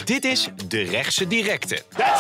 Dit is De Rechtse Directe.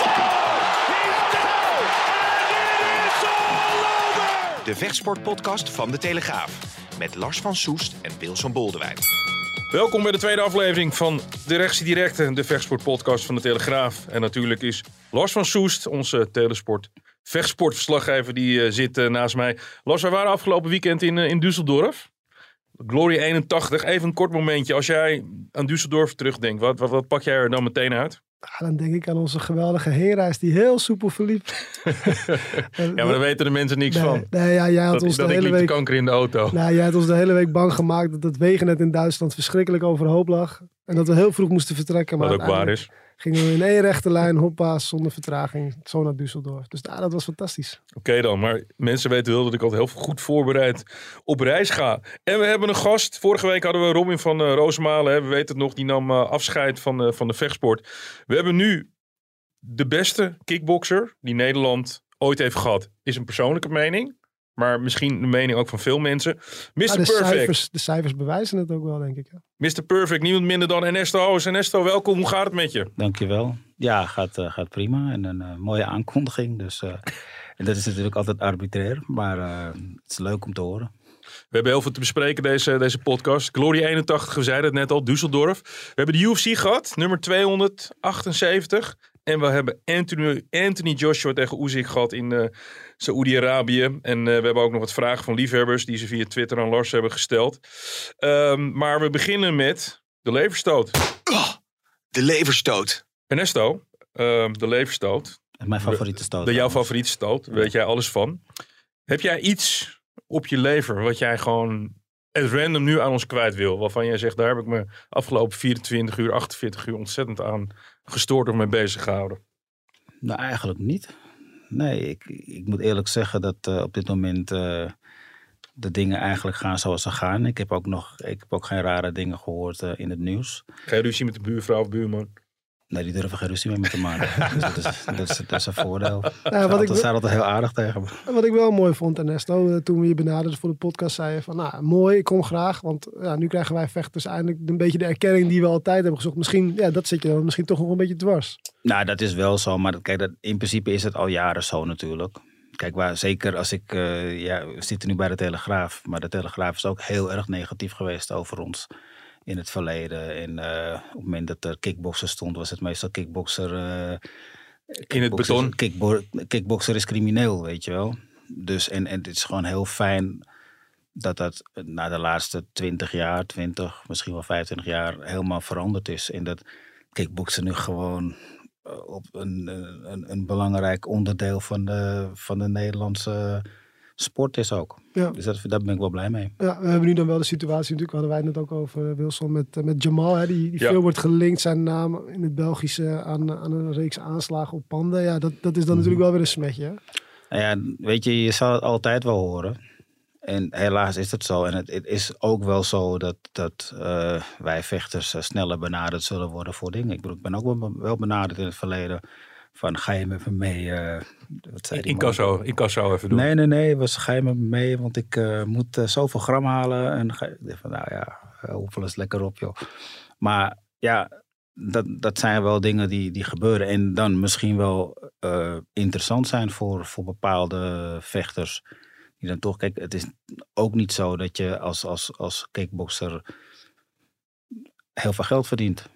De vechtsportpodcast van De Telegraaf. Met Lars van Soest en Wilson Boldewijn. Welkom bij de tweede aflevering van De Rechtse Directe, de vechtsportpodcast van De Telegraaf. En natuurlijk is Lars van Soest, onze telesport vechtsportverslaggever, die zit naast mij. Lars, we waren afgelopen weekend in Düsseldorf. Glory 81, even een kort momentje. Als jij aan Düsseldorf terugdenkt, wat pak jij er dan meteen uit? Dan denk ik aan onze geweldige heenreis die heel soepel verliep. Ja, maar daar weten de mensen niks van. Nee, ja, jij had ons de hele week kanker in de auto. Nou, jij had ons de hele week bang gemaakt dat het wegennet in Duitsland verschrikkelijk overhoop lag. En dat we heel vroeg moesten vertrekken. Wat ook waar is. Gingen we in één rechte lijn, hoppa, zonder vertraging, zo naar Düsseldorf. Dus dat was fantastisch. Oké dan, maar mensen weten wel dat ik altijd heel goed voorbereid op reis ga. En we hebben een gast. Vorige week hadden we Robin van Roosmalen, we weten het nog, die nam afscheid van de vechtsport. We hebben nu de beste kickbokser die Nederland ooit heeft gehad. Is een persoonlijke mening, maar misschien de mening ook van veel mensen. Mr. Perfect. De cijfers bewijzen het ook wel, denk ik. Ja. Mr. Perfect, niemand minder dan Ernesto Hoos. Ernesto, welkom. Hoe gaat het met je? Dankjewel. Ja, gaat prima. En een mooie aankondiging. Dus en dat is natuurlijk altijd arbitrair. Maar het is leuk om te horen. We hebben heel veel te bespreken deze podcast. Glory 81, we zeiden het net al, Düsseldorf. We hebben de UFC gehad, nummer 278. En we hebben Anthony Joshua tegen Usyk gehad in Saoedi-Arabië. En we hebben ook nog wat vragen van liefhebbers die ze via Twitter aan Lars hebben gesteld. Maar we beginnen met de leverstoot. De leverstoot. Ernesto, de leverstoot. Mijn favoriete stoot. Jouw favoriete stoot, daar weet jij alles van. Heb jij iets op je lever wat jij gewoon at random nu aan ons kwijt wil? Waarvan jij zegt, daar heb ik me afgelopen 24 uur, 48 uur ontzettend aan gestoord of mee bezig gehouden. Nou, eigenlijk niet. Nee, ik moet eerlijk zeggen dat op dit moment de dingen eigenlijk gaan zoals ze gaan. Ik heb ook geen rare dingen gehoord in het nieuws. Geen ruzie met de buurvrouw of buurman? Nee, die durven geen ruzie meer met te maken. Dus dat is een voordeel. Ja, Ze zijn altijd heel aardig tegen me. Wat ik wel mooi vond, Ernesto, toen we je benaderden voor de podcast, zei je van, nou, mooi, ik kom graag. Want nu krijgen wij vechters eindelijk een beetje de erkenning die we altijd hebben gezocht. Misschien, dat zit je dan misschien toch nog een beetje dwars. Nou, dat is wel zo. Maar kijk, in principe is het al jaren zo natuurlijk. Kijk, zeker als we zitten nu bij de Telegraaf. Maar de Telegraaf is ook heel erg negatief geweest over ons in het verleden. En op het moment dat er kickbokser stond, was het meestal kickbokser. In het beton. Kickbokser is crimineel, weet je wel. Dus, en het is gewoon heel fijn dat na de laatste 20, misschien wel 25 jaar helemaal veranderd is. En dat kickboksen nu gewoon op een belangrijk onderdeel van de Nederlandse sport is ook. Ja. Dus daar ben ik wel blij mee. Ja, we hebben nu dan wel de situatie, natuurlijk hadden wij het net ook over, Wilson, met Jamal. Hè, die veel wordt gelinkt, zijn naam in het Belgische aan een reeks aanslagen op panden. Ja, dat is dan natuurlijk wel weer een smetje. Hè? Nou ja, weet je zal het altijd wel horen. En helaas is het zo. En het is ook wel zo dat wij vechters sneller benaderd zullen worden voor dingen. Ik bedoel, ik ben ook wel benaderd in het verleden. Van, ga je met me mee? Wat zei Incasso even doen. Nee. Ga je met me mee? Want ik moet zoveel gram halen. En ik dacht van, nou ja, hoeveel is lekker op, joh. Maar ja, dat zijn wel dingen die gebeuren. En dan misschien wel interessant zijn voor bepaalde vechters. Die dan toch, kijk, het is ook niet zo dat je als kickbokser heel veel geld verdient.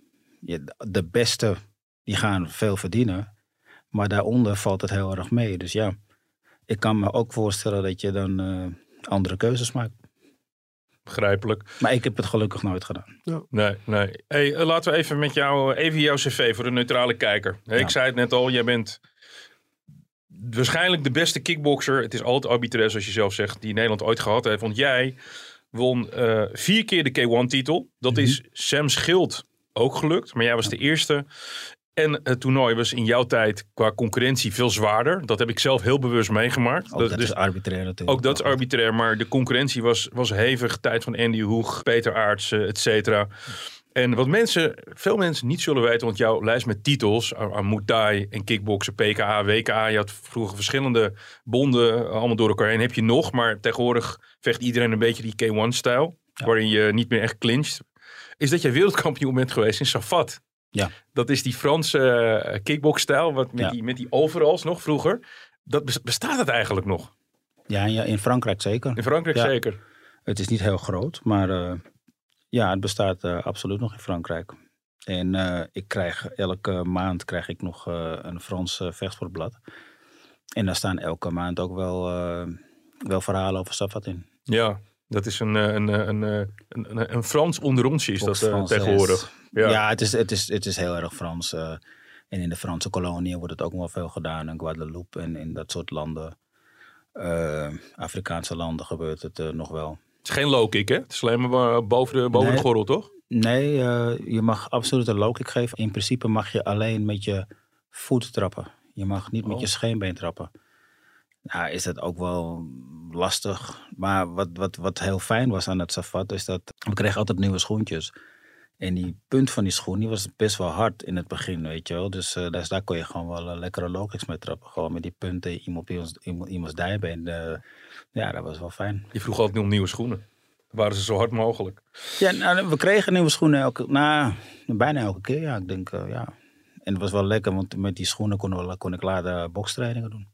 De beste, die gaan veel verdienen. Maar daaronder valt het heel erg mee. Dus ja, ik kan me ook voorstellen dat je dan andere keuzes maakt. Begrijpelijk. Maar ik heb het gelukkig nooit gedaan. Ja. Nee. Hey, laten we even met jou, even jouw cv voor de neutrale kijker. Ja. Ik zei het net al, jij bent waarschijnlijk de beste kickbokser. Het is altijd arbitrair, zoals je zelf zegt, die Nederland ooit gehad heeft. Want jij won 4 keer de K1-titel. Dat is Sam Schild ook gelukt. Maar jij was de eerste. En het toernooi was in jouw tijd qua concurrentie veel zwaarder. Dat heb ik zelf heel bewust meegemaakt. Ook dat is arbitrair natuurlijk. Ook dat is arbitrair, maar de concurrentie was hevig. Tijd van Andy Hoeg, Peter Aerts, et cetera. En wat veel mensen niet zullen weten, want jouw lijst met titels aan Muay Thai en kickboksen, PKA, WKA, je had vroeger verschillende bonden allemaal door elkaar heen. Heb je nog, maar tegenwoordig vecht iedereen een beetje die K1-stijl, waarin je niet meer echt clincht. Is dat jij wereldkampioen bent geweest in Safat? Ja. Dat is die Franse kickboxstijl, met die overalls nog vroeger. Bestaat het eigenlijk nog? Ja, in Frankrijk zeker. In Frankrijk zeker. Het is niet heel groot, maar het bestaat absoluut nog in Frankrijk. En ik krijg elke maand nog een Frans vechtsportblad. En daar staan elke maand ook wel verhalen over Safat in. Ja, dat is een Frans onder onsje is dat tegenwoordig. Ja, het is heel erg Frans. En in de Franse koloniën wordt het ook wel veel gedaan. In Guadeloupe en in dat soort landen. Afrikaanse landen gebeurt het nog wel. Het is geen low kick, hè? Het is alleen maar boven de gordel, toch? Nee, je mag absoluut een low kick geven. In principe mag je alleen met je voet trappen. Je mag niet met je scheenbeen trappen. Nou, is dat ook wel lastig. Maar wat heel fijn was aan het Safat is dat we kregen altijd nieuwe schoentjes. En die punt van die schoen die was best wel hard in het begin, weet je wel. Dus daar kon je gewoon wel lekkere low kicks mee trappen. Gewoon met die punten iemands dijbeen. Dat was wel fijn. Je vroeg altijd om nieuwe schoenen. Waren ze zo hard mogelijk? Ja, nou, we kregen nieuwe schoenen bijna elke keer. Ja, ik denk, En het was wel lekker, want met die schoenen kon ik later bokstrainingen doen.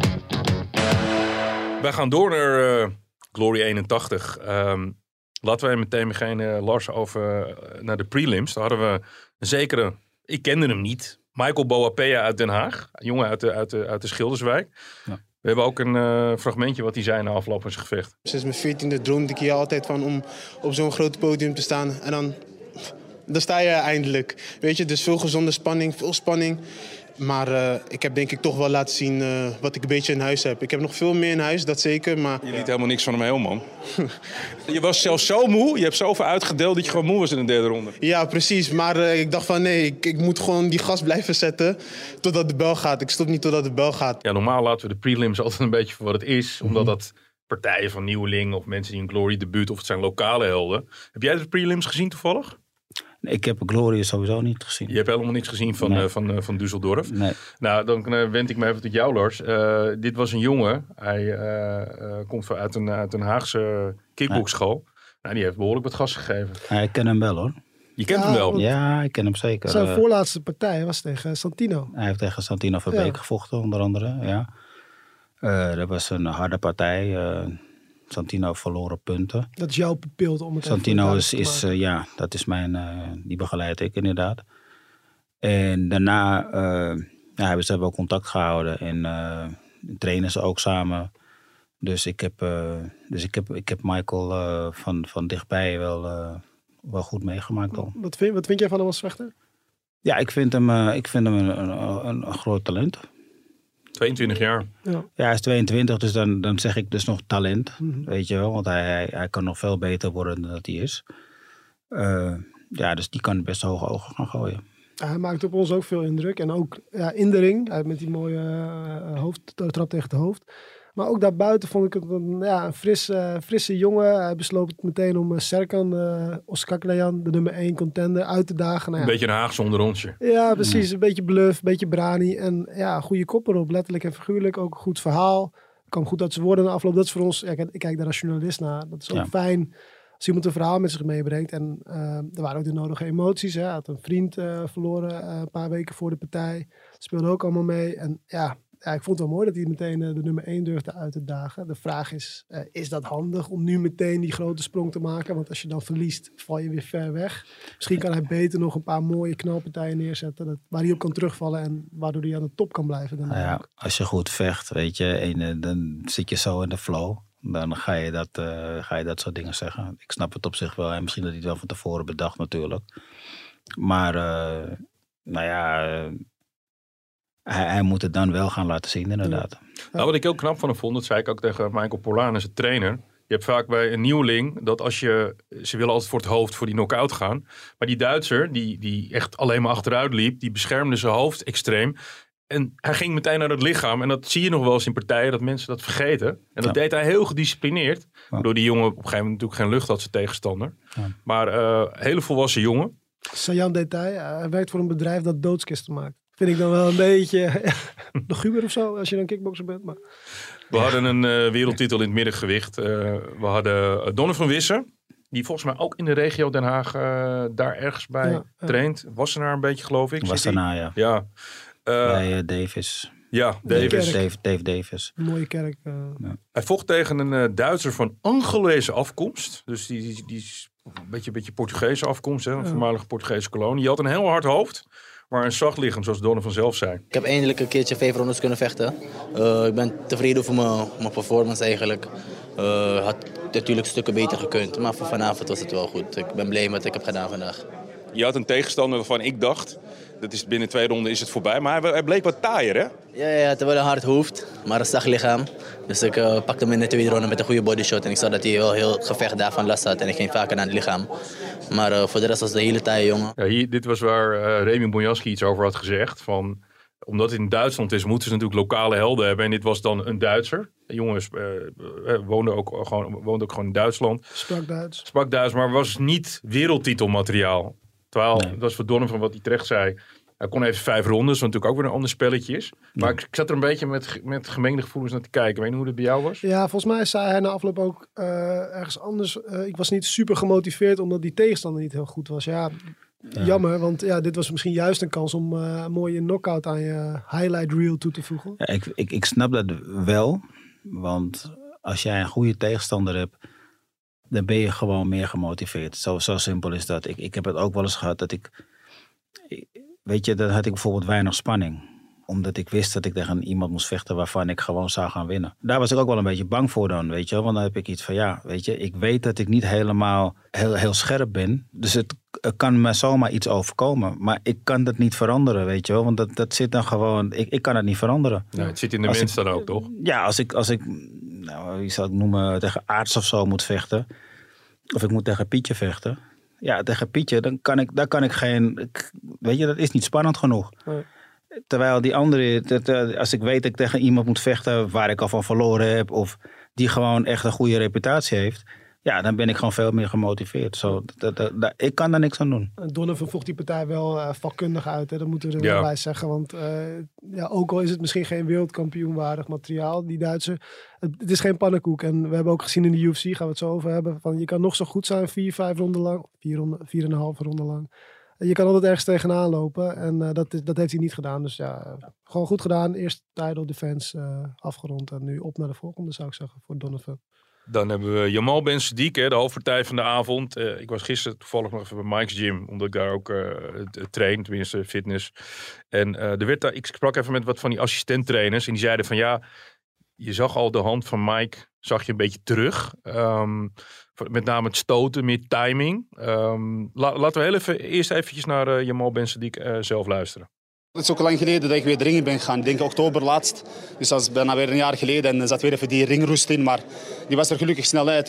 Wij gaan door naar Glory 81. Laten we meteen beginnen, Lars, over naar de prelims. Daar hadden we een zekere, ik kende hem niet, Michael Boapea uit Den Haag. Een jongen uit de Schilderswijk. Ja. We hebben ook een fragmentje wat hij zei na afloop van zijn gevecht. Sinds mijn 14e droomde ik hier altijd van om op zo'n groot podium te staan. En dan sta je eindelijk. Weet je, dus veel gezonde spanning, veel spanning. Maar ik heb denk ik toch wel laten zien wat ik een beetje in huis heb. Ik heb nog veel meer in huis, dat zeker. Maar je liet helemaal niks van hem heel, man. Je was zelfs zo moe, je hebt zoveel uitgedeeld dat je gewoon moe was in de derde ronde. Ja, precies. Maar ik dacht van nee, ik moet gewoon die gas blijven zetten totdat de bel gaat. Ik stop niet totdat de bel gaat. Ja, normaal laten we de prelims altijd een beetje voor wat het is. Omdat dat partijen van nieuwelingen of mensen die een Glory debuut of het zijn lokale helden. Heb jij de prelims gezien toevallig? Ik heb Glory sowieso niet gezien. Je hebt helemaal niks gezien van Düsseldorf? Nee. Nou, dan wend ik me even tot jou, Lars. Dit was een jongen. Hij komt uit een Haagse kickboxschool. Nou, die heeft behoorlijk wat gas gegeven. Ja, ik ken hem wel, hoor. Je kent hem wel? Ja, ik ken hem zeker. Zijn voorlaatste partij was tegen Santino. Hij heeft tegen Santino Verbeek gevochten, onder andere. Ja. Dat was een harde partij. Santino verloren punten. Dat is jouw pupil om het Santino dat is mijn, die begeleid ik inderdaad. En daarna hebben ze wel contact gehouden en trainen ze ook samen. Dus ik heb Michael van dichtbij wel goed meegemaakt al. Wat vind jij van hem als vechter? Ja, ik vind hem een groot talent. 22 jaar. Ja, hij is 22, dus dan zeg ik dus nog talent. Weet je wel, want hij kan nog veel beter worden dan dat hij is. Dus die kan best hoge ogen gaan gooien. Ja, hij maakt op ons ook veel indruk. En ook in de ring, hij met die mooie hoofdtrap tegen het hoofd. Maar ook daarbuiten vond ik het een frisse jongen. Hij besloot meteen om Serkan Oskakleyan, de nummer 1 contender, uit te dagen. Een beetje een Haagse onder onsje. Ja, precies. Een beetje bluff, een beetje brani. En goede kop erop, letterlijk en figuurlijk. Ook een goed verhaal. Kwam goed uit zijn woorden na afloop. Dat is voor ons, ik kijk daar als journalist naar. Dat is ook fijn als iemand een verhaal met zich meebrengt. En er waren ook de nodige emoties. Hij had een vriend verloren een paar weken voor de partij. Dat speelde ook allemaal mee. En ik vond het wel mooi dat hij meteen de nummer 1 durfde uit te dagen. De vraag is dat handig om nu meteen die grote sprong te maken? Want als je dan verliest, val je weer ver weg. Misschien kan hij beter nog een paar mooie knalpartijen neerzetten. Waar hij op kan terugvallen en waardoor hij aan de top kan blijven. Als je goed vecht, weet je, en dan zit je zo in de flow. Dan ga je dat soort dingen zeggen. Ik snap het op zich wel. En misschien dat hij het wel van tevoren bedacht natuurlijk. Maar, hij moet het dan wel gaan laten zien, inderdaad. Ja. Nou, wat ik heel knap van hem vond, dat zei ik ook tegen Michael Porlaan, zijn trainer. Je hebt vaak bij een nieuweling dat ze willen altijd voor het hoofd voor die knock-out gaan. Maar die Duitser, die echt alleen maar achteruit liep, die beschermde zijn hoofd extreem. En hij ging meteen naar het lichaam. En dat zie je nog wel eens in partijen, dat mensen dat vergeten. En dat deed hij heel gedisciplineerd. Waardoor die jongen op een gegeven moment natuurlijk geen lucht had, zijn tegenstander. Ja. Maar hele volwassen jongen. Sajan detail, hij werkt voor een bedrijf dat doodskisten maakt. Vind ik dan wel een beetje luguber of zo, als je dan kickbokser bent. Maar... We hadden een wereldtitel in het middengewicht. We hadden Donner van Wissen. Die volgens mij ook in de regio Den Haag daar ergens bij traint. Wassenaar een beetje, geloof ik. Wassenaar, ja. Ja. Bij Davis. Ja, Davis. Dave Davis. Een mooie kerk. Hij vocht tegen een Duitser van Angolese afkomst. Dus die is een beetje Portugese afkomst. Hè? Een voormalige Portugese kolonie. Die had een heel hard hoofd. Maar een zacht lichaam, zoals Donovan zelf zei. Ik heb eindelijk een keertje 5 rondes kunnen vechten. Ik ben tevreden over mijn performance eigenlijk. Had natuurlijk stukken beter gekund. Maar voor vanavond was het wel goed. Ik ben blij met wat ik heb gedaan vandaag. Je had een tegenstander waarvan ik dacht... dat is binnen 2 ronden is het voorbij. Maar hij bleek wat taaier, hè? Ja, hij had wel een hard hoofd, maar een zacht lichaam. Dus ik pakte hem in de tweede ronde met een goede bodyshot. En ik zag dat hij wel heel gevecht daarvan last had. En ik ging vaker naar het lichaam. Maar voor de rest was het een hele taaie jongen. Ja, dit was waar Remy Bonjasski iets over had gezegd. Van, omdat het in Duitsland is, moeten ze natuurlijk lokale helden hebben. En dit was dan een Duitser. De jongens woonde ook gewoon in Duitsland. Sprak Duits, maar was niet wereldtitelmateriaal. Terwijl, dat was voor Donovan wat hij terecht zei. Hij kon even 5 rondes, wat natuurlijk ook weer een ander spelletje is. Maar ik zat er een beetje met gemengde gevoelens naar te kijken. Weet je hoe dat bij jou was? Ja, volgens mij zei hij na afloop ook ergens anders. Ik was niet super gemotiveerd omdat die tegenstander niet heel goed was. Ja. Jammer, want dit was misschien juist een kans om een mooie knockout aan je highlight reel toe te voegen. Ja, ik snap dat wel, want als jij een goede tegenstander hebt, dan ben je gewoon meer gemotiveerd. Zo simpel is dat. Ik heb het ook wel eens gehad dat weet je, dan had ik bijvoorbeeld weinig spanning. Omdat ik wist dat ik tegen iemand moest vechten waarvan ik gewoon zou gaan winnen. Daar was ik ook wel een beetje bang voor dan, weet je wel. Want dan heb ik iets van, weet je, ik weet dat ik niet helemaal heel scherp ben. Dus het kan me zomaar iets overkomen. Maar ik kan dat niet veranderen, weet je wel. Want dat zit dan gewoon, ik kan het niet veranderen. Nee, het zit in de mens dan ook, toch? Ja, als ik wie zou ik noemen, tegen Aarts of zo moet vechten. Of ik moet tegen Pietje vechten. Ja, tegen Pietje, dan kan ik geen... Weet je, dat is niet spannend genoeg. Nee. Terwijl die andere... Als ik weet dat ik tegen iemand moet vechten waar ik al van verloren heb... of die gewoon echt een goede reputatie heeft... Ja, dan ben ik gewoon veel meer gemotiveerd. Ik kan daar niks aan doen. Donovan vocht die partij wel vakkundig uit. Hè? Dat moeten we er wel bij zeggen. Want ook al is het misschien geen wereldkampioenwaardig materiaal, die Duitser. Het is geen pannenkoek. En we hebben ook gezien in de UFC, gaan we het zo over hebben. Van, je kan nog zo goed zijn 4-5 ronden lang. 4,5 ronden lang. Je kan altijd ergens tegenaan lopen. En dat heeft hij niet gedaan. Dus gewoon goed gedaan. Eerst title defense afgerond. En nu op naar de volgende, zou ik zeggen, voor Donovan. Dan hebben we Jamal Ben Sadiq, de hoofdpartij van de avond. Ik was gisteren toevallig nog even bij Mike's Gym, omdat ik daar ook train, tenminste fitness. En ik sprak even met wat van die assistenttrainers en die zeiden van je zag al de hand van Mike, zag je een beetje terug. Met name het stoten, meer timing. Laten we eerst eventjes naar Jamal Ben Sadiq zelf luisteren. Het is ook lang geleden dat ik weer de ring in ben gegaan. Ik denk oktober laatst. Dus dat is bijna weer een jaar geleden. En er zat weer even die ringroest in. Maar die was er gelukkig snel uit.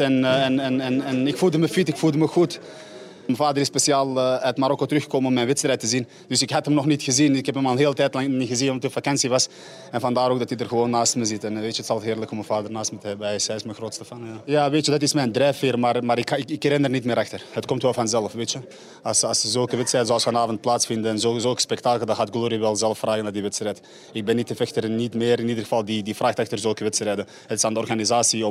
En ik voelde me fit, ik voelde me goed. Mijn vader is speciaal uit Marokko teruggekomen om mijn wedstrijd te zien. Dus ik had hem nog niet gezien. Ik heb hem al een hele tijd lang niet gezien omdat hij op vakantie was. En vandaar ook dat hij er gewoon naast me zit. En weet je, het is altijd heerlijk om mijn vader naast me te hebben. Hij is mijn grootste fan. Ja, weet je, dat is mijn drijfveer. Maar ik ren er niet meer achter. Het komt wel vanzelf, weet je. Als zulke wedstrijden zoals vanavond plaatsvinden en zulk spektakel, dan gaat Glory wel zelf vragen naar die wedstrijd. Ik ben niet de vechter en niet meer. In ieder geval, die vraagt achter zulke wedstrijden. Het is aan de organisatie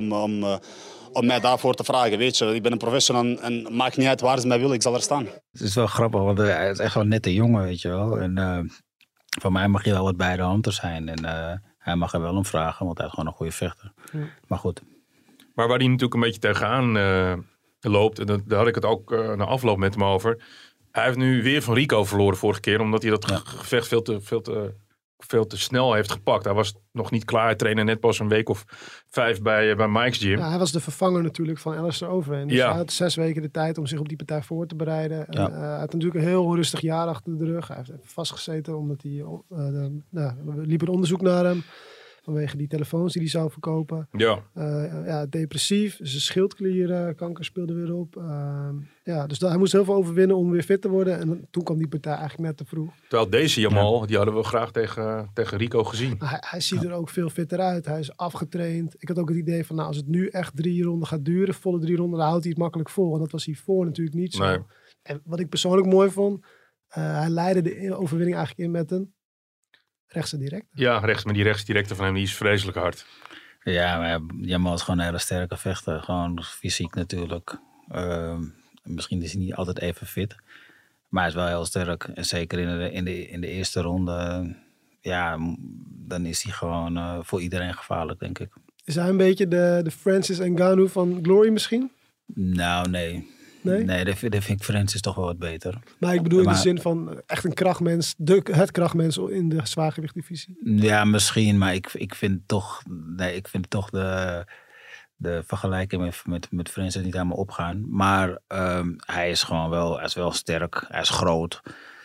om mij daarvoor te vragen, weet je. Ik ben een professional en maakt niet uit waar ze mij willen, ik zal er staan. Het is wel grappig, want hij is echt wel een nette jongen, weet je wel. En voor mij mag je wel wat bij de hand zijn. En hij mag er wel om vragen, want hij is gewoon een goede vechter. Ja. Maar goed. Maar waar hij natuurlijk een beetje tegenaan loopt, en daar had ik het ook na afloop met hem over. Hij heeft nu weer van Rico verloren vorige keer, omdat hij dat gevecht veel te snel heeft gepakt. Hij was nog niet klaar. Hij trainde net pas een week of 5 bij Mike's Gym. Ja, hij was de vervanger natuurlijk van Alistair Overeem. Dus hij had 6 weken de tijd om zich op die partij voor te bereiden. Hij had natuurlijk een heel rustig jaar achter de rug. Hij heeft even vastgezeten omdat hij... liep een onderzoek naar hem. Vanwege die telefoons die hij zou verkopen. Depressief. Zijn schildklierkanker speelde weer op. Dus hij moest heel veel overwinnen om weer fit te worden. En toen kwam die partij eigenlijk net te vroeg. Terwijl deze Jamal, die hadden we graag tegen Rico gezien. Hij ziet er ook veel fitter uit. Hij is afgetraind. Ik had ook het idee van, als het nu echt 3 ronden gaat duren, volle 3 ronden, dan houdt hij het makkelijk vol. En dat was hiervoor natuurlijk niet zo. Nee. En wat ik persoonlijk mooi vond, hij leidde de overwinning eigenlijk in met een rechtse directe. Ja, maar die rechtsdirecte van hem, die is vreselijk hard. Ja, maar Jamal is gewoon een hele sterke vechter. Gewoon fysiek natuurlijk. Misschien is hij niet altijd even fit. Maar hij is wel heel sterk. En zeker in de eerste ronde... dan is hij gewoon voor iedereen gevaarlijk, denk ik. Is hij een beetje de Francis Ngannou van Glory misschien? Nou, nee. Nee, dat vind ik Francis toch wel wat beter. Maar ik bedoel in de zin van echt een krachtmens. Het krachtmens in de zwaargewichtdivisie. Ja, misschien. Maar ik vind toch de vergelijking met Francis niet helemaal opgaan. Maar hij is wel sterk. Hij is groot.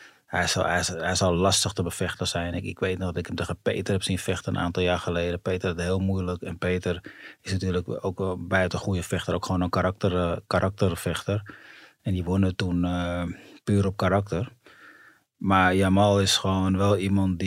Hij zal lastig te bevechten zijn. Ik weet nog dat ik hem tegen Peter heb zien vechten een aantal jaar geleden. Peter had het heel moeilijk. En Peter is natuurlijk ook buiten goede vechter ook gewoon een karaktervechter. En die wonnen toen puur op karakter. Maar Jamal is gewoon wel iemand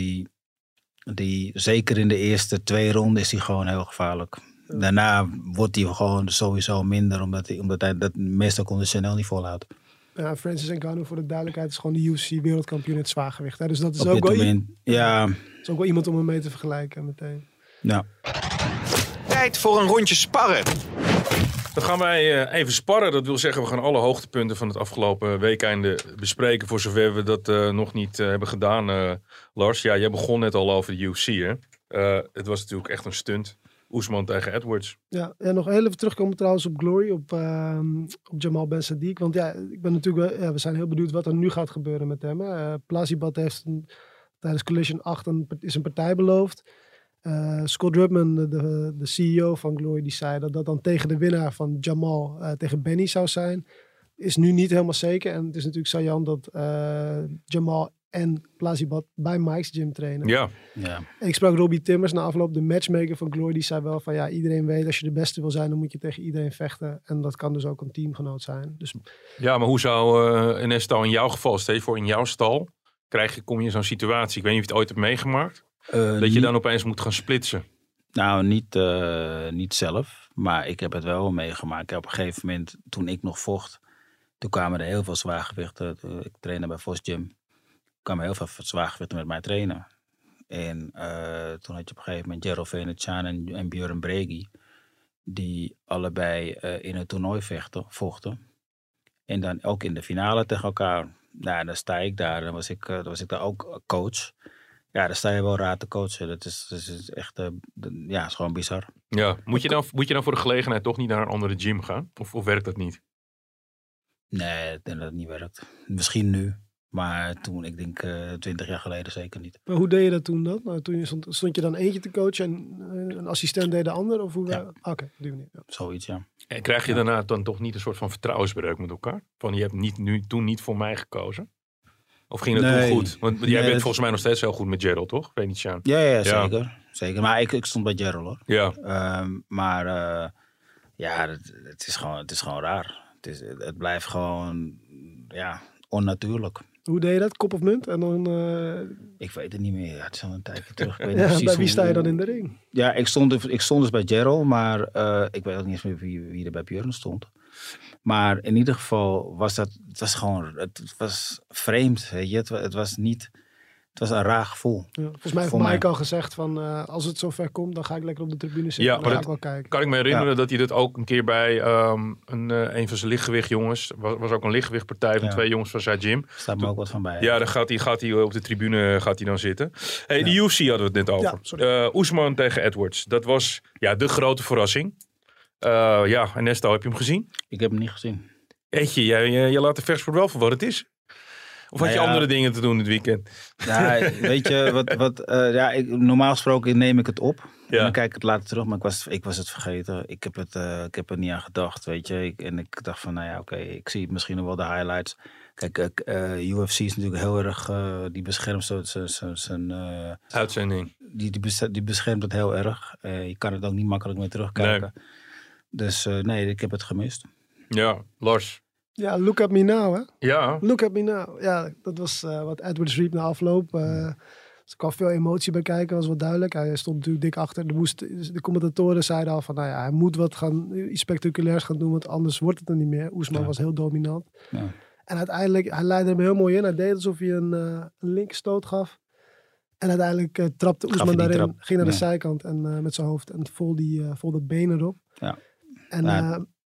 die zeker in de eerste 2 ronden is hij gewoon heel gevaarlijk. Daarna wordt hij gewoon sowieso minder, omdat hij dat meestal conditioneel niet volhoudt. Ja, Francis Ngannou, voor de duidelijkheid, is gewoon de UFC-wereldkampioen in het zwaargewicht. Hè? Dus dat is Op ook dit wel, moment, is ook wel iemand om hem mee te vergelijken meteen. Ja. Tijd voor een rondje sparren. Dan gaan wij even sparren. Dat wil zeggen, we gaan alle hoogtepunten van het afgelopen weekeinde bespreken. Voor zover we dat nog niet hebben gedaan, Lars. Ja, jij begon net al over de UFC, hè? Het was natuurlijk echt een stunt. Ousmane tegen Edwards. Ja, en nog heel even terugkomen trouwens op Glory, op Jamal Ben Sadiq. Want ja, ik ben natuurlijk we zijn heel benieuwd wat er nu gaat gebeuren met hem. Plasibat heeft tijdens Collision 8 is een partij beloofd. Scott Rudman, de CEO van Glory, die zei dat dan tegen de winnaar van Jamal, tegen Benny zou zijn. Is nu niet helemaal zeker. En het is natuurlijk saillant dat Jamal en Plasibat bij Mike's Gym trainen. Ja. En ik sprak Robbie Timmers na afloop, de matchmaker van Glory. Die zei wel van ja, iedereen weet als je de beste wil zijn, dan moet je tegen iedereen vechten. En dat kan dus ook een teamgenoot zijn. Dus... Ja, maar hoe zou Ernesto in jouw geval, stel je voor in jouw stal, kom je in zo'n situatie. Ik weet niet of je het ooit hebt meegemaakt. Dat je dan opeens moet gaan splitsen. Nou, niet zelf. Maar ik heb het wel meegemaakt. Op een gegeven moment, toen ik nog vocht, toen kwamen er heel veel zwaargewichten. Ik trainde bij Vos Gym. Kwamen heel veel zwaargewichten met mij trainen. En toen had je op een gegeven moment Gerald Venetiaan en Björn Bregi, die allebei in het toernooi vochten. En dan ook in de finale tegen elkaar. Nou, dan sta ik daar. Dan was ik daar ook coach. Ja, dan sta je wel raar te coachen. Dat is echt, is gewoon bizar. Ja, moet je dan voor de gelegenheid toch niet naar een andere gym gaan? Of werkt dat niet? Nee, ik denk dat het niet werkt. Misschien nu. Maar toen, ik denk 20 jaar geleden zeker niet. Maar hoe deed je dat toen dan? Nou, toen stond je dan eentje te coachen en een assistent deed de ander? Of hoe? Ja. Oké, die manier. Ja. Zoiets, ja. En krijg je daarna dan toch niet een soort van vertrouwensbreuk met elkaar? Van je hebt toen niet voor mij gekozen? Of ging dat toen goed? Want jij bent volgens mij nog steeds heel goed met Gerald, toch? Venetiaan. Ja, zeker. Maar ik stond bij Gerald, hoor. Ja. Het is gewoon raar. Het blijft gewoon, onnatuurlijk. Hoe deed je dat? Kop of munt? En dan, Ik weet het niet meer. Ja, het is al een tijdje terug. Ik weet ja, niet bij wie sta je dan in de ring? Ja, ik stond dus bij Gerald, maar ik weet ook niet eens meer wie er bij Björn stond. Maar in ieder geval het was vreemd. Weet je? Het was niet... Het was een raar gevoel. Ja, volgens mij heeft Mike al gezegd van als het zover komt, dan ga ik lekker op de tribune zitten. Ja, en dan ga ik wel kijken. Kan ik me herinneren dat hij dat ook een keer bij een van zijn lichtgewichtjongens, was ook een lichtgewichtpartij van 2 jongens van zijn gym. Staat me ook wat van bij. Ja, dan gaat hij op de tribune dan zitten. Hey, de UFC hadden we het net over. Ja, Ousmane tegen Edwards. Dat was de grote verrassing. Ernesto, heb je hem gezien? Ik heb hem niet gezien. Eetje, jij laat de vechtsport wel voor wat het is. Of had je andere dingen te doen dit weekend? Ja, weet je, normaal gesproken neem ik het op. Ja. En dan kijk ik het later terug, maar ik was het vergeten. Ik heb er niet aan gedacht, weet je. En ik dacht van, ik zie misschien nog wel de highlights. Kijk, UFC is natuurlijk heel erg, die beschermt zijn uitzending. Die beschermt het heel erg. Je kan het ook niet makkelijk meer terugkijken. Nee. Dus ik heb het gemist. Ja, Lars. Ja, look at me now, hè? Ja. Look at me now. Ja, dat was wat Edwards riep na afloop. Er kwam veel emotie bij kijken, was wel duidelijk. Hij stond natuurlijk dik achter. De commentatoren zeiden al van, hij moet iets spectaculairs gaan doen, want anders wordt het er niet meer. Ousmane was heel dominant. Ja. En uiteindelijk, hij leidde hem heel mooi in. Hij deed alsof hij een linkerstoot gaf. En uiteindelijk trapte Ousmane daarin, ging naar de zijkant en met zijn hoofd en vol dat been erop. Ja. En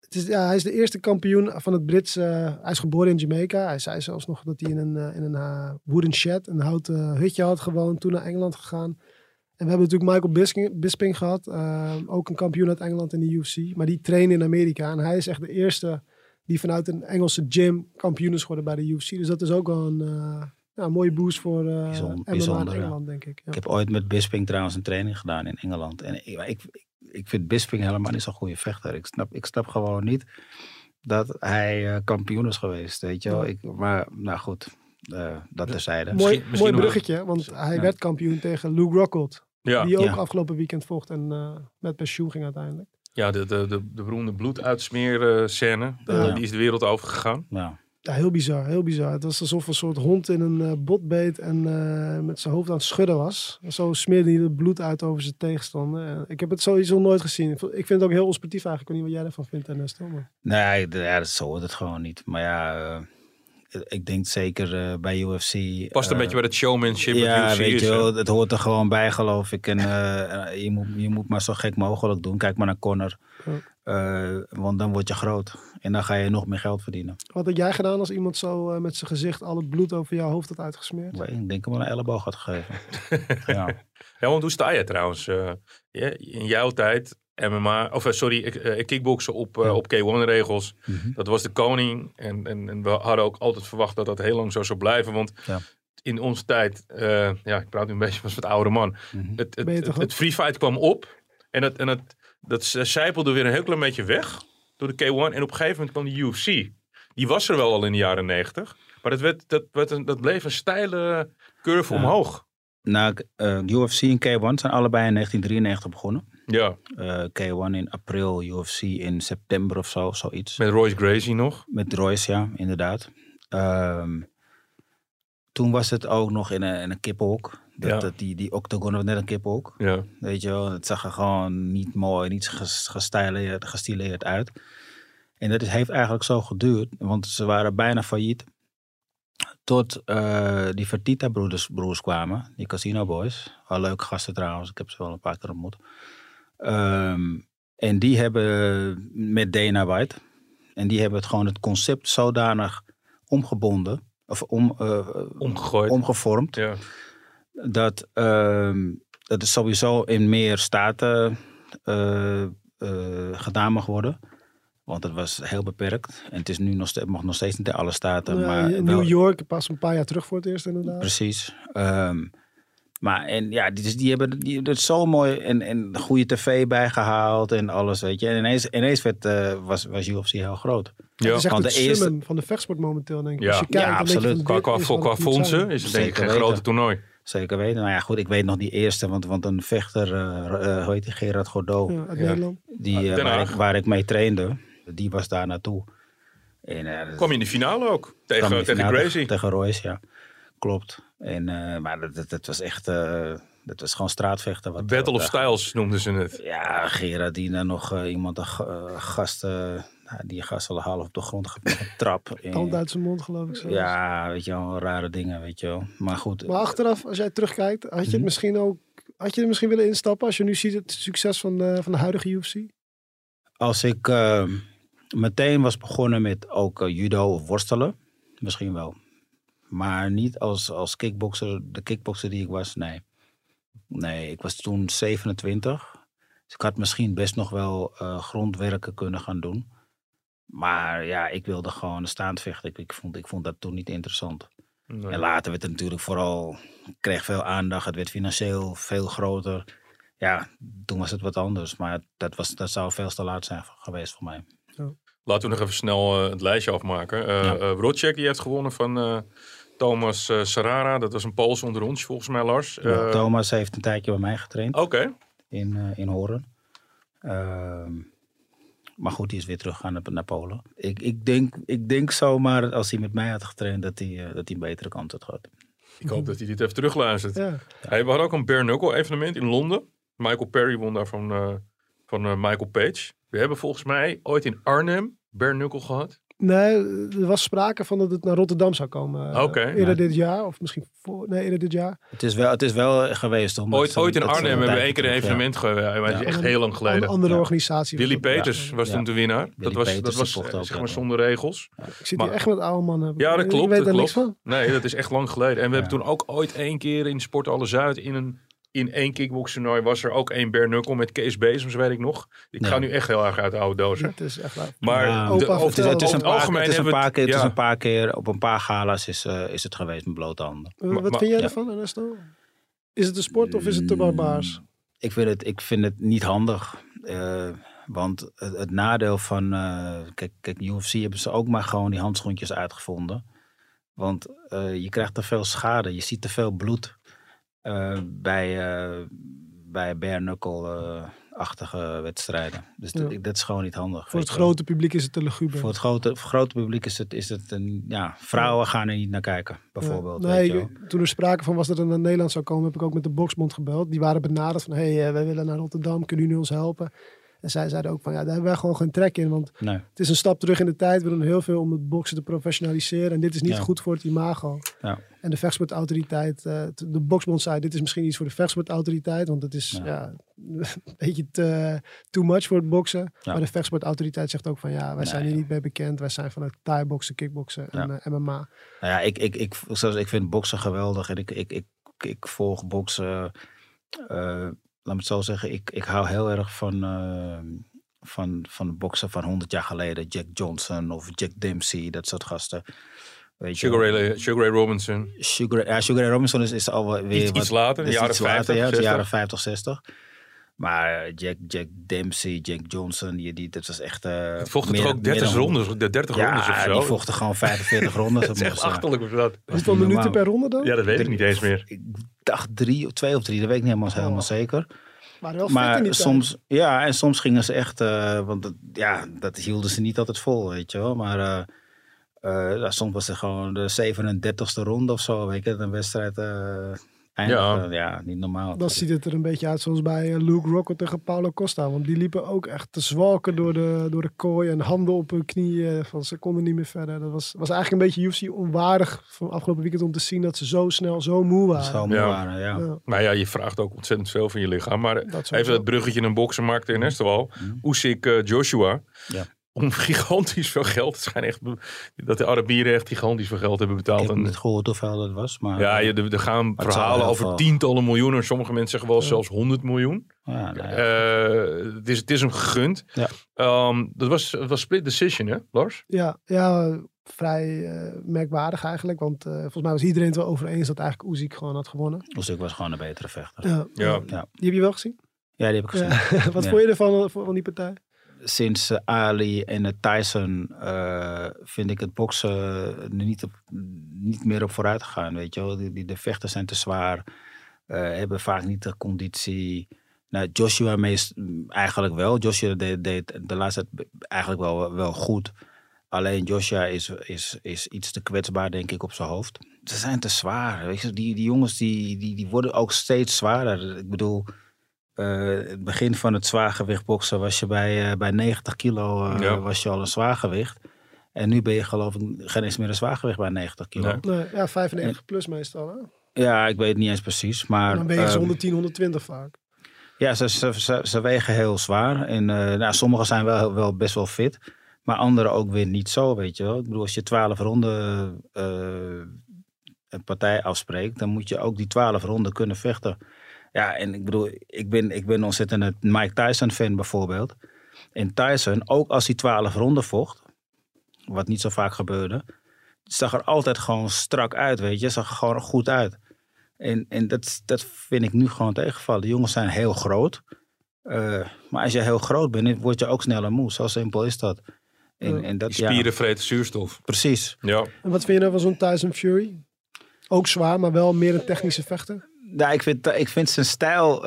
Hij is de eerste kampioen van het Britse... hij is geboren in Jamaica. Hij zei zelfs nog dat hij in een wooden shed, een houten hutje had gewoond. Toen naar Engeland gegaan. En we hebben natuurlijk Michael Bisping gehad. Ook een kampioen uit Engeland in de UFC. Maar die trainde in Amerika. En hij is echt de eerste die vanuit een Engelse gym kampioen is geworden bij de UFC. Dus dat is ook wel een mooie boost voor MMA in Engeland, denk ik. Ja. Ik heb ooit met Bisping trouwens een training gedaan in Engeland. En ik vind Bisping helemaal niet zo'n goede vechter. Ik snap gewoon niet dat hij kampioen is geweest, weet je wel. Maar nou goed, dat terzijde. Mooi bruggetje, want hij werd kampioen tegen Luke Rockhold. Ja. Die ook afgelopen weekend vocht en met pensioen ging uiteindelijk. Ja, de beroemde bloeduitsmeer-scène, die is de wereld over gegaan. Ja, heel bizar, heel bizar. Het was alsof een soort hond in een bot beet en met zijn hoofd aan het schudden was. En zo smeerde hij het bloed uit over zijn tegenstander. Ik heb het sowieso nooit gezien. Ik vind het ook heel onsportief eigenlijk. Ik weet niet wat jij ervan vindt, Ernesto. Nee, zo hoort het gewoon niet. Maar ja... Ik denk zeker bij UFC... Past een beetje bij het showmanship. Ja, weet je wel, het hoort er gewoon bij, geloof ik. En je moet maar zo gek mogelijk doen. Kijk maar naar Conor. Want dan word je groot. En dan ga je nog meer geld verdienen. Wat had jij gedaan als iemand zo met zijn gezicht al het bloed over jouw hoofd had uitgesmeerd? Ik denk hem een elleboog had gegeven. Ja, want hoe sta je trouwens? In jouw tijd... MMA, kickboksen op K1-regels. Mm-hmm. Dat was de koning. En we hadden ook altijd verwacht dat dat heel lang zo zou blijven. Want in onze tijd, ik praat nu een beetje als wat oude man. Mm-hmm. Het free fight kwam op. En dat zijpelde weer een heel klein beetje weg door de K1. En op een gegeven moment kwam de UFC. Die was er wel al in de jaren 90. Maar dat bleef een steile curve omhoog. Nou, UFC en K1 zijn allebei in 1993 begonnen. Ja. K1 in april, UFC in september of zo, zoiets. Met Royce Gracie nog? Met Royce, ja, inderdaad. Toen was het ook nog in een kippenhok. Die octagon was net een kippenhok. Ja. Weet je wel, het zag er gewoon niet mooi, niet gestileerd uit. En dat heeft eigenlijk zo geduurd, want ze waren bijna failliet. Tot die Fertitta broers kwamen, die Casino Boys. Al leuke gasten trouwens, ik heb ze wel een paar keer ontmoet. En die hebben met Dana White. En die hebben het concept zodanig omgebonden. Of omgevormd. Ja. Dat het sowieso in meer staten gedaan mag worden. Want het was heel beperkt. En het is nu mag nog steeds niet in alle staten. Maar in New York pas een paar jaar terug voor het eerst inderdaad. Precies. Maar en ja, die hebben het zo mooi en goede tv bijgehaald en alles, weet je. En ineens was UFC heel groot. Ja. Het is echt het summum van de vechtsport momenteel, denk ik. Ja, als je kijkt, absoluut. Qua fondsen is het denk ik een grote toernooi. Zeker weten. Nou ja, goed, ik weet nog die eerste, want een vechter, hoe heet die, Gerard Godot. Ja, uit Nederland. Waar ik mee trainde, die was daar naartoe. En, kwam je in de finale ook? Tegen Gracie? Tegen Royce, ja. Klopt. Maar dat was echt... dat was gewoon straatvechten. Battle of Styles noemden ze het. Ja, Gerard die dan nog iemand die gast al half op de grond getrapt. Tand uit zijn mond, geloof ik zo. Ja, weet je wel, rare dingen, weet je wel. Maar goed. Maar achteraf, als jij terugkijkt, had je het misschien ook... Had je er misschien willen instappen als je nu ziet het succes van de huidige UFC? Als ik meteen was begonnen met ook judo of worstelen, misschien wel. Maar niet als kickbokser, de kickbokser die ik was, nee. Nee, ik was toen 27. Dus ik had misschien best nog wel grondwerken kunnen gaan doen. Maar ja, ik wilde gewoon staand vechten. Ik vond dat toen niet interessant. Nee. En later werd het natuurlijk vooral, kreeg veel aandacht. Het werd financieel veel groter. Ja, toen was het wat anders. Maar dat zou veel te laat zijn geweest voor mij. Ja. Laten we nog even snel het lijstje afmaken. Wojciech, die heeft gewonnen van Thomas Serrara. Dat was een Pools onder ons, volgens mij, Lars. Thomas heeft een tijdje bij mij getraind. Oké. In Horen. Maar goed, die is weer teruggegaan naar Polen. Ik denk zomaar, als hij met mij had getraind, dat hij een betere kant had gehad. Ik hoop dat hij dit even terugluistert. Ja. Hey, we hadden ook een bare knuckle evenement in Londen. Michael Perry won daar van Michael Page. We hebben volgens mij ooit in Arnhem bare knuckle gehad. Nee, er was sprake van dat het naar Rotterdam zou komen. Oké. Eerder dit jaar, of misschien eerder dit jaar. Het is wel geweest. Ooit in Arnhem hebben we 1 keer een evenement gehouden. Maar dat is echt heel lang geleden. Een andere organisatie. Willy Peters was toen de winnaar. Dat was zeg maar zonder regels. Ik zit hier echt met oude mannen. Ja, dat klopt. Ik weet er niks van. Nee, dat is echt lang geleden. En we hebben toen ook ooit 1 keer in Sport Alle Zuid in 1 kickboxtoernooi was er ook 1 bare knuckle met Kees Bezems, weet ik nog. Ik ga nu echt heel erg uit de oude doos. Het is echt waar. Maar het is een paar keer op een paar gala's is het geweest met blote handen. Wat vind jij ervan, Ernesto? Is het een sport of is het te barbaars? Ik vind het niet handig. Want het nadeel van... Kijk, UFC hebben ze ook maar gewoon die handschoentjes uitgevonden. Want je krijgt te veel schade. Je ziet te veel bloed bij bare knuckle-achtige wedstrijden. Dus dat is gewoon niet handig. Voor het grote publiek is het te luguber. Voor het grote publiek is het een... Ja, vrouwen gaan er niet naar kijken, bijvoorbeeld. Toen er sprake van was dat er naar Nederland zou komen, heb ik ook met de Boksbond gebeld. Die waren benaderd van, wij willen naar Rotterdam, kunnen jullie ons helpen? En zij zeiden ook van, daar hebben wij gewoon geen trek in. Want het is een stap terug in de tijd. We doen heel veel om het boksen te professionaliseren. En dit is niet goed voor het imago. Ja. En de vechtsportautoriteit, de Boksbond zei, dit is misschien iets voor de vechtsportautoriteit. Want het is een beetje too much voor het boksen. Ja. Maar de vechtsportautoriteit zegt ook van, wij zijn hier niet mee bekend. Wij zijn vanuit Thai-boksen, kickboksen en MMA. Nou ja, ik vind boksen geweldig. En ik volg boksen... Laat me het zo zeggen, ik hou heel erg van boksen van 100 jaar geleden. Jack Johnson of Jack Dempsey, dat soort gasten. Sugar Ray Robinson. Sugar Ray Robinson is alweer iets later, de jaren 50, 60. Jaren 50, 60. Maar Jack Dempsey, Jack Johnson, dat was echt... Het vochten toch ook 30 rondes of zo? Ja, die vochten gewoon 45 rondes. Dat is echt achterlijk of dat. Is het wel minuten per ronde dan? Ja, dat weet ik niet eens meer. Ik dacht 2 of 3, dat weet ik niet helemaal zeker. Maar soms, en soms gingen ze echt, want dat hielden ze niet altijd vol, weet je wel. Maar soms was het gewoon de 37e ronde of zo, weet je, een wedstrijd niet normaal. Dan ziet het er een beetje uit zoals bij Luke Rockhold tegen Paulo Costa. Want die liepen ook echt te zwalken door de kooi en handen op hun knieën. Van ze konden niet meer verder. Dat was eigenlijk een beetje UFC onwaardig van afgelopen weekend om te zien dat ze zo snel zo moe waren. Maar ja, je vraagt ook ontzettend veel van je lichaam. Maar even het bruggetje in boksen maakte Ernesto al. Usyk Joshua. Ja. Om gigantisch veel geld. Het schijnt echt dat de Arabieren echt gigantisch veel geld hebben betaald. Ik heb niet gehoord hoeveel dat was. Maar, er gaan verhalen over tientallen miljoenen. Sommige mensen zeggen wel zelfs 100 miljoen. Ja, het is hem gegund. Ja. Het was split decision, hè, Lars? Ja, vrij merkwaardig eigenlijk. Want volgens mij was iedereen het wel over eens dat eigenlijk Usyk gewoon had gewonnen. Usyk was gewoon een betere vechter. Ja. Die heb je wel gezien? Ja, die heb ik gezien. Wat vond je ervan van die partij? Sinds Ali en Tyson vind ik het boksen niet meer op vooruit gegaan. Weet je wel? De vechters zijn te zwaar, hebben vaak niet de conditie. Nou, Joshua eigenlijk wel. Joshua deed de laatste tijd eigenlijk wel goed. Alleen Joshua is iets te kwetsbaar, denk ik, op zijn hoofd. Ze zijn te zwaar. Weet je? Die jongens die worden ook steeds zwaarder. Ik bedoel... het begin van het zwaargewicht boksen was je bij 90 kilo was je al een zwaargewicht. En nu ben je geloof ik geen eens meer een zwaargewicht bij 90 kilo. Nee, 95 plus meestal hè? Ja, ik weet het niet eens precies. Maar, en dan wegen ze 110, 120 vaak. Ja, ze wegen heel zwaar. En sommigen zijn wel best wel fit. Maar anderen ook weer niet zo, weet je wel. Ik bedoel, als je 12 ronden een partij afspreekt, dan moet je ook die 12 ronden kunnen vechten. Ja, en ik bedoel, ik ben ontzettend een Mike Tyson fan bijvoorbeeld. En Tyson, ook als hij 12 ronden vocht, wat niet zo vaak gebeurde, zag er altijd gewoon strak uit, weet je. Zag er gewoon goed uit. En dat vind ik nu gewoon tegenvallen. De jongens zijn heel groot. Maar als je heel groot bent, word je ook sneller moe. Zo simpel is dat. En dat die spieren vreten zuurstof. Precies. Ja. En wat vind je nou van zo'n Tyson Fury? Ook zwaar, maar wel meer een technische vechter? Nou, ik vind zijn stijl...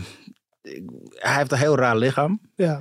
hij heeft een heel raar lichaam. Ja.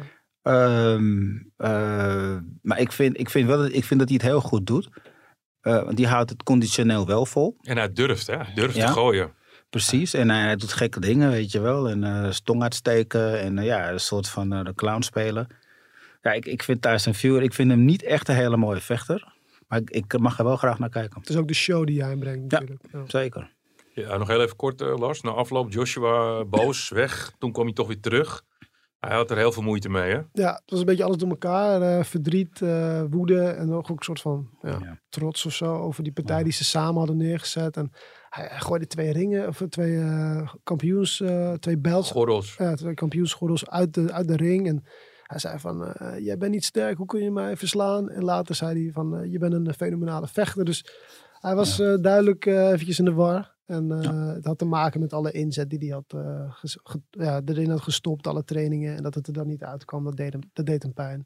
Maar ik vind dat hij het heel goed doet. Want die houdt het conditioneel wel vol. En hij durft, hè? Hij durft te gooien. Precies. En hij doet gekke dingen, weet je wel. En stong uitsteken. En een soort van de clown spelen. Ja, ik vind Tyson Fury, ik vind hem niet echt een hele mooie vechter. Maar ik mag er wel graag naar kijken. Het is ook de show die jij inbrengt natuurlijk. Ja. Zeker. Ja, nog heel even kort, Lars. Na afloop, Joshua boos, weg. Toen kwam hij toch weer terug. Hij had er heel veel moeite mee, hè? Ja, het was een beetje alles door elkaar. Verdriet, woede en ook een soort van Ja. trots of zo over die partij die ze samen hadden neergezet. En hij gooide 2 ringen, of 2 kampioens, 2 belts. Gordels. Ja, 2 kampioensgordels uit de ring. En hij zei van, jij bent niet sterk, hoe kun je mij verslaan? En later zei hij van, je bent een fenomenale vechter. Dus hij was duidelijk eventjes in de war. En het had te maken met alle inzet die hij had, erin had gestopt, alle trainingen. En dat het er dan niet uitkwam, dat deed hem pijn.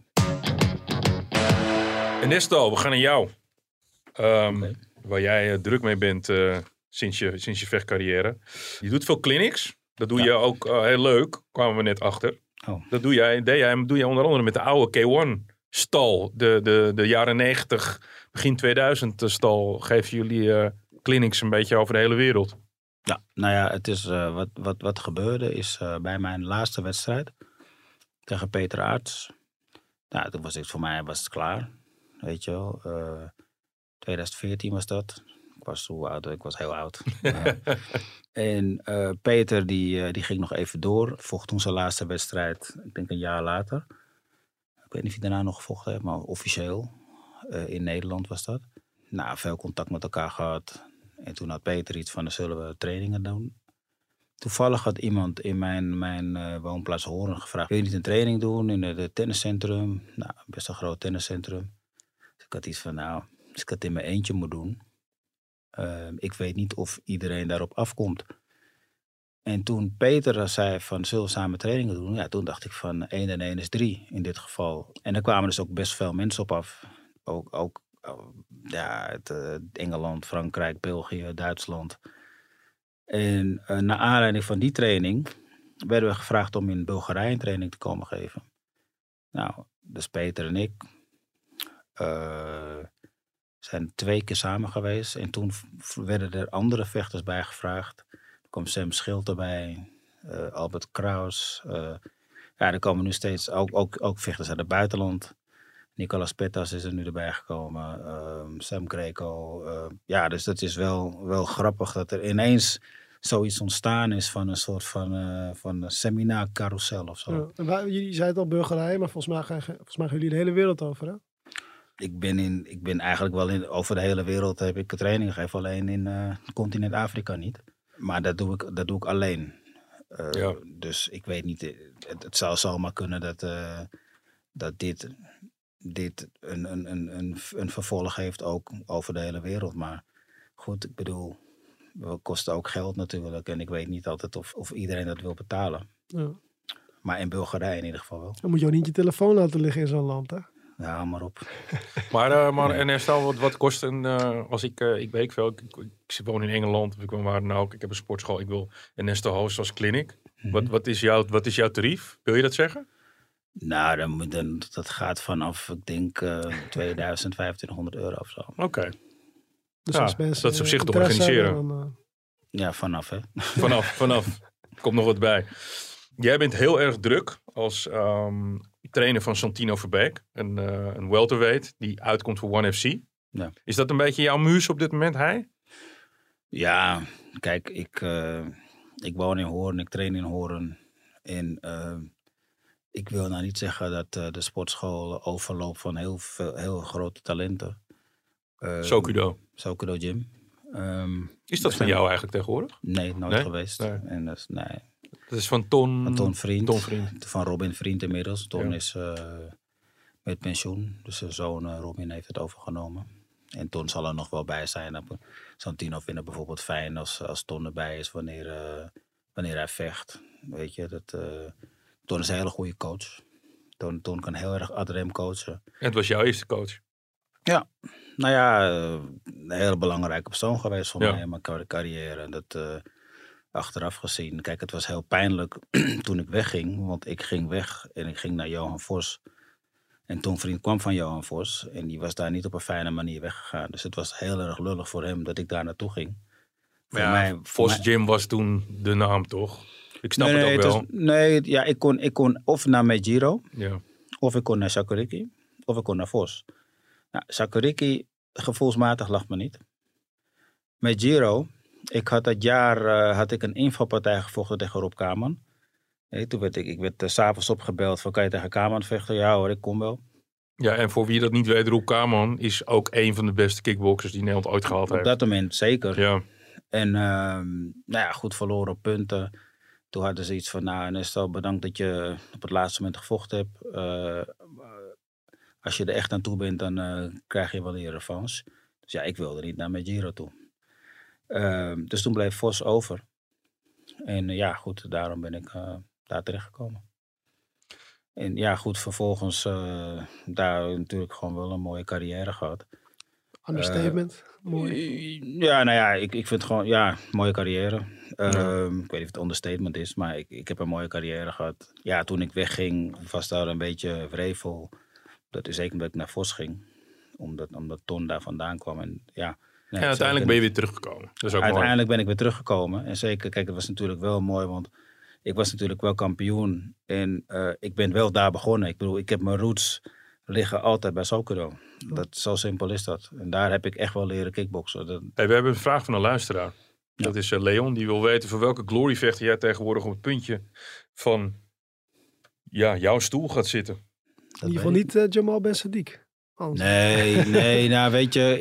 Ernesto, we gaan naar jou. Waar jij druk mee bent sinds je vechtcarrière. Je doet veel clinics. Dat doe je ook heel leuk, kwamen we net achter. Oh. Dat doe jij onder andere met de oude K1-stal. De jaren 90, begin 2000 stal. Geven jullie clinics een beetje over de hele wereld. Ja, nou ja, het is, wat gebeurde is bij mijn laatste wedstrijd tegen Peter Aerts. Nou, toen was het voor mij klaar. Weet je wel. 2014 was dat. Ik was heel oud. En Peter die ging nog even door. Vocht toen zijn laatste wedstrijd, ik denk een jaar later. Ik weet niet of hij daarna nog gevochten heeft, maar officieel. In Nederland was dat. Nou, veel contact met elkaar gehad. En toen had Peter iets van, zullen we trainingen doen? Toevallig had iemand in mijn woonplaats Hoorn gevraagd, wil je niet een training doen in het tenniscentrum? Nou, best een groot tenniscentrum. Dus ik had iets van, als ik het in mijn eentje moet doen. Ik weet niet of iedereen daarop afkomt. En toen Peter zei van, zullen we samen trainingen doen? Ja, toen dacht ik van, 1 en 1 is 3 in dit geval. En er kwamen dus ook best veel mensen op af. Ook Engeland, Frankrijk, België, Duitsland. En naar aanleiding van die training werden we gevraagd om in Bulgarije een training te komen geven. Nou, dus Peter en ik zijn 2 keer samen geweest. En toen werden er andere vechters bij gevraagd. Er kwam Sam Schild erbij, Albert Kraus. Er komen nu steeds ook vechters uit het buitenland. Nicolas Pettas is er nu erbij gekomen. Sam Greco. Dus dat is wel grappig dat er ineens zoiets ontstaan is van een soort van seminaarcarousel of zo. Ja, jullie zei het al, Bulgarije, maar volgens mij gaan jullie de hele wereld over, hè? Ik ben eigenlijk wel over de hele wereld heb ik training gegeven, alleen in het continent Afrika niet. Maar dat doe ik alleen. Dus ik weet niet, het zou zomaar kunnen dat dit een vervolg heeft ook over de hele wereld. Maar goed, ik bedoel, het kost ook geld natuurlijk. En ik weet niet altijd of iedereen dat wil betalen. Ja. Maar in Bulgarije in ieder geval wel. Dan moet je ook niet je telefoon laten liggen in zo'n land, hè? Ja, maar op. Maar Ernesto, wat kost als ik weet veel, ik woon in Engeland, of ik woon waar dan ook, ik heb een sportschool, ik wil Ernesto hosten als clinic. Mm-hmm. Wat is jouw tarief? Wil je dat zeggen? Nou, dat gaat vanaf, ik denk, 2000, 2500 euro of zo. Oké. Dus als mensen dat is op zich te organiseren. Dan, ja, vanaf hè. Vanaf. Komt nog wat bij. Jij bent heel erg druk als trainer van Santino Verbeek. Een welterweight die uitkomt voor ONE FC. Ja. Is dat een beetje jouw muus op dit moment, hij? Ja, kijk, ik woon in Hoorn, ik train in Hoorn. En ik wil nou niet zeggen dat de sportschool overloopt van heel grote talenten. Sokudo Gym. Is dat van jou eigenlijk tegenwoordig? Nee, nooit geweest. Nee. En dat is van Ton Vriend. Van Robin Vriend inmiddels. Ton is met pensioen. Dus zijn zoon Robin heeft het overgenomen. En Ton zal er nog wel bij zijn. Santino vindt het bijvoorbeeld fijn als Ton erbij is wanneer hij vecht. Weet je, Ton is een hele goede coach. Ton kan heel erg ad rem coachen. En het was jouw eerste coach? Ja, nou ja, een hele belangrijke persoon geweest voor mij in mijn carrière. Dat achteraf gezien, kijk, het was heel pijnlijk toen ik wegging. Want ik ging weg en ik ging naar Johan Vos. En Ton Vriend kwam van Johan Vos. En die was daar niet op een fijne manier weggegaan. Dus het was heel erg lullig voor hem dat ik daar naartoe ging. Vos Gym was toen de naam, toch? Ik snap het ook wel. Ik kon of naar Mejiro. Ja. Of ik kon naar Shakuriki, of ik kon naar Vos. Nou, Shakuriki, gevoelsmatig lag me niet. Met Giro, ik had dat jaar had ik een invalpartij gevochten tegen Rob Kaman. Toen werd ik werd 's avonds opgebeld van, kan je tegen Kaman vechten? Ja hoor, ik kom wel. Ja, en voor wie dat niet weet, Rob Kaman is ook een van de beste kickboxers die Nederland ooit gehaald heeft. Op dat moment, zeker. Ja. En goed verloren op punten. Toen hadden ze iets van, Ernesto, bedankt dat je op het laatste moment gevochten hebt. Als je er echt aan toe bent, dan krijg je wel je revanche. Dus ja, ik wilde niet naar mijn Giro toe. Dus toen bleef Vos over. En daarom ben ik daar terechtgekomen. En ja, goed, vervolgens daar natuurlijk gewoon wel een mooie carrière gehad. Understatement. Mooi. Ik vind het gewoon, mooie carrière. Ik weet niet of het understatement is, maar ik heb een mooie carrière gehad. Ja, toen ik wegging, was daar een beetje wrevel. Dat is zeker omdat ik naar Vos ging. Omdat Ton daar vandaan kwam. En uiteindelijk ben je weer teruggekomen. Dat is ook uiteindelijk ben ik weer teruggekomen. En zeker, kijk, dat was natuurlijk wel mooi, want ik was natuurlijk wel kampioen. En ik ben wel daar begonnen. Ik bedoel, ik heb mijn roots liggen altijd bij Sokero. Zo simpel is dat. En daar heb ik echt wel leren kickboksen. We hebben een vraag van een luisteraar. Ja. Dat is Leon. Die wil weten voor welke glory vechter jij tegenwoordig op het puntje van jouw stoel gaat zitten. In ieder geval niet Jamal Ben Sadiq. Nee, nou weet je,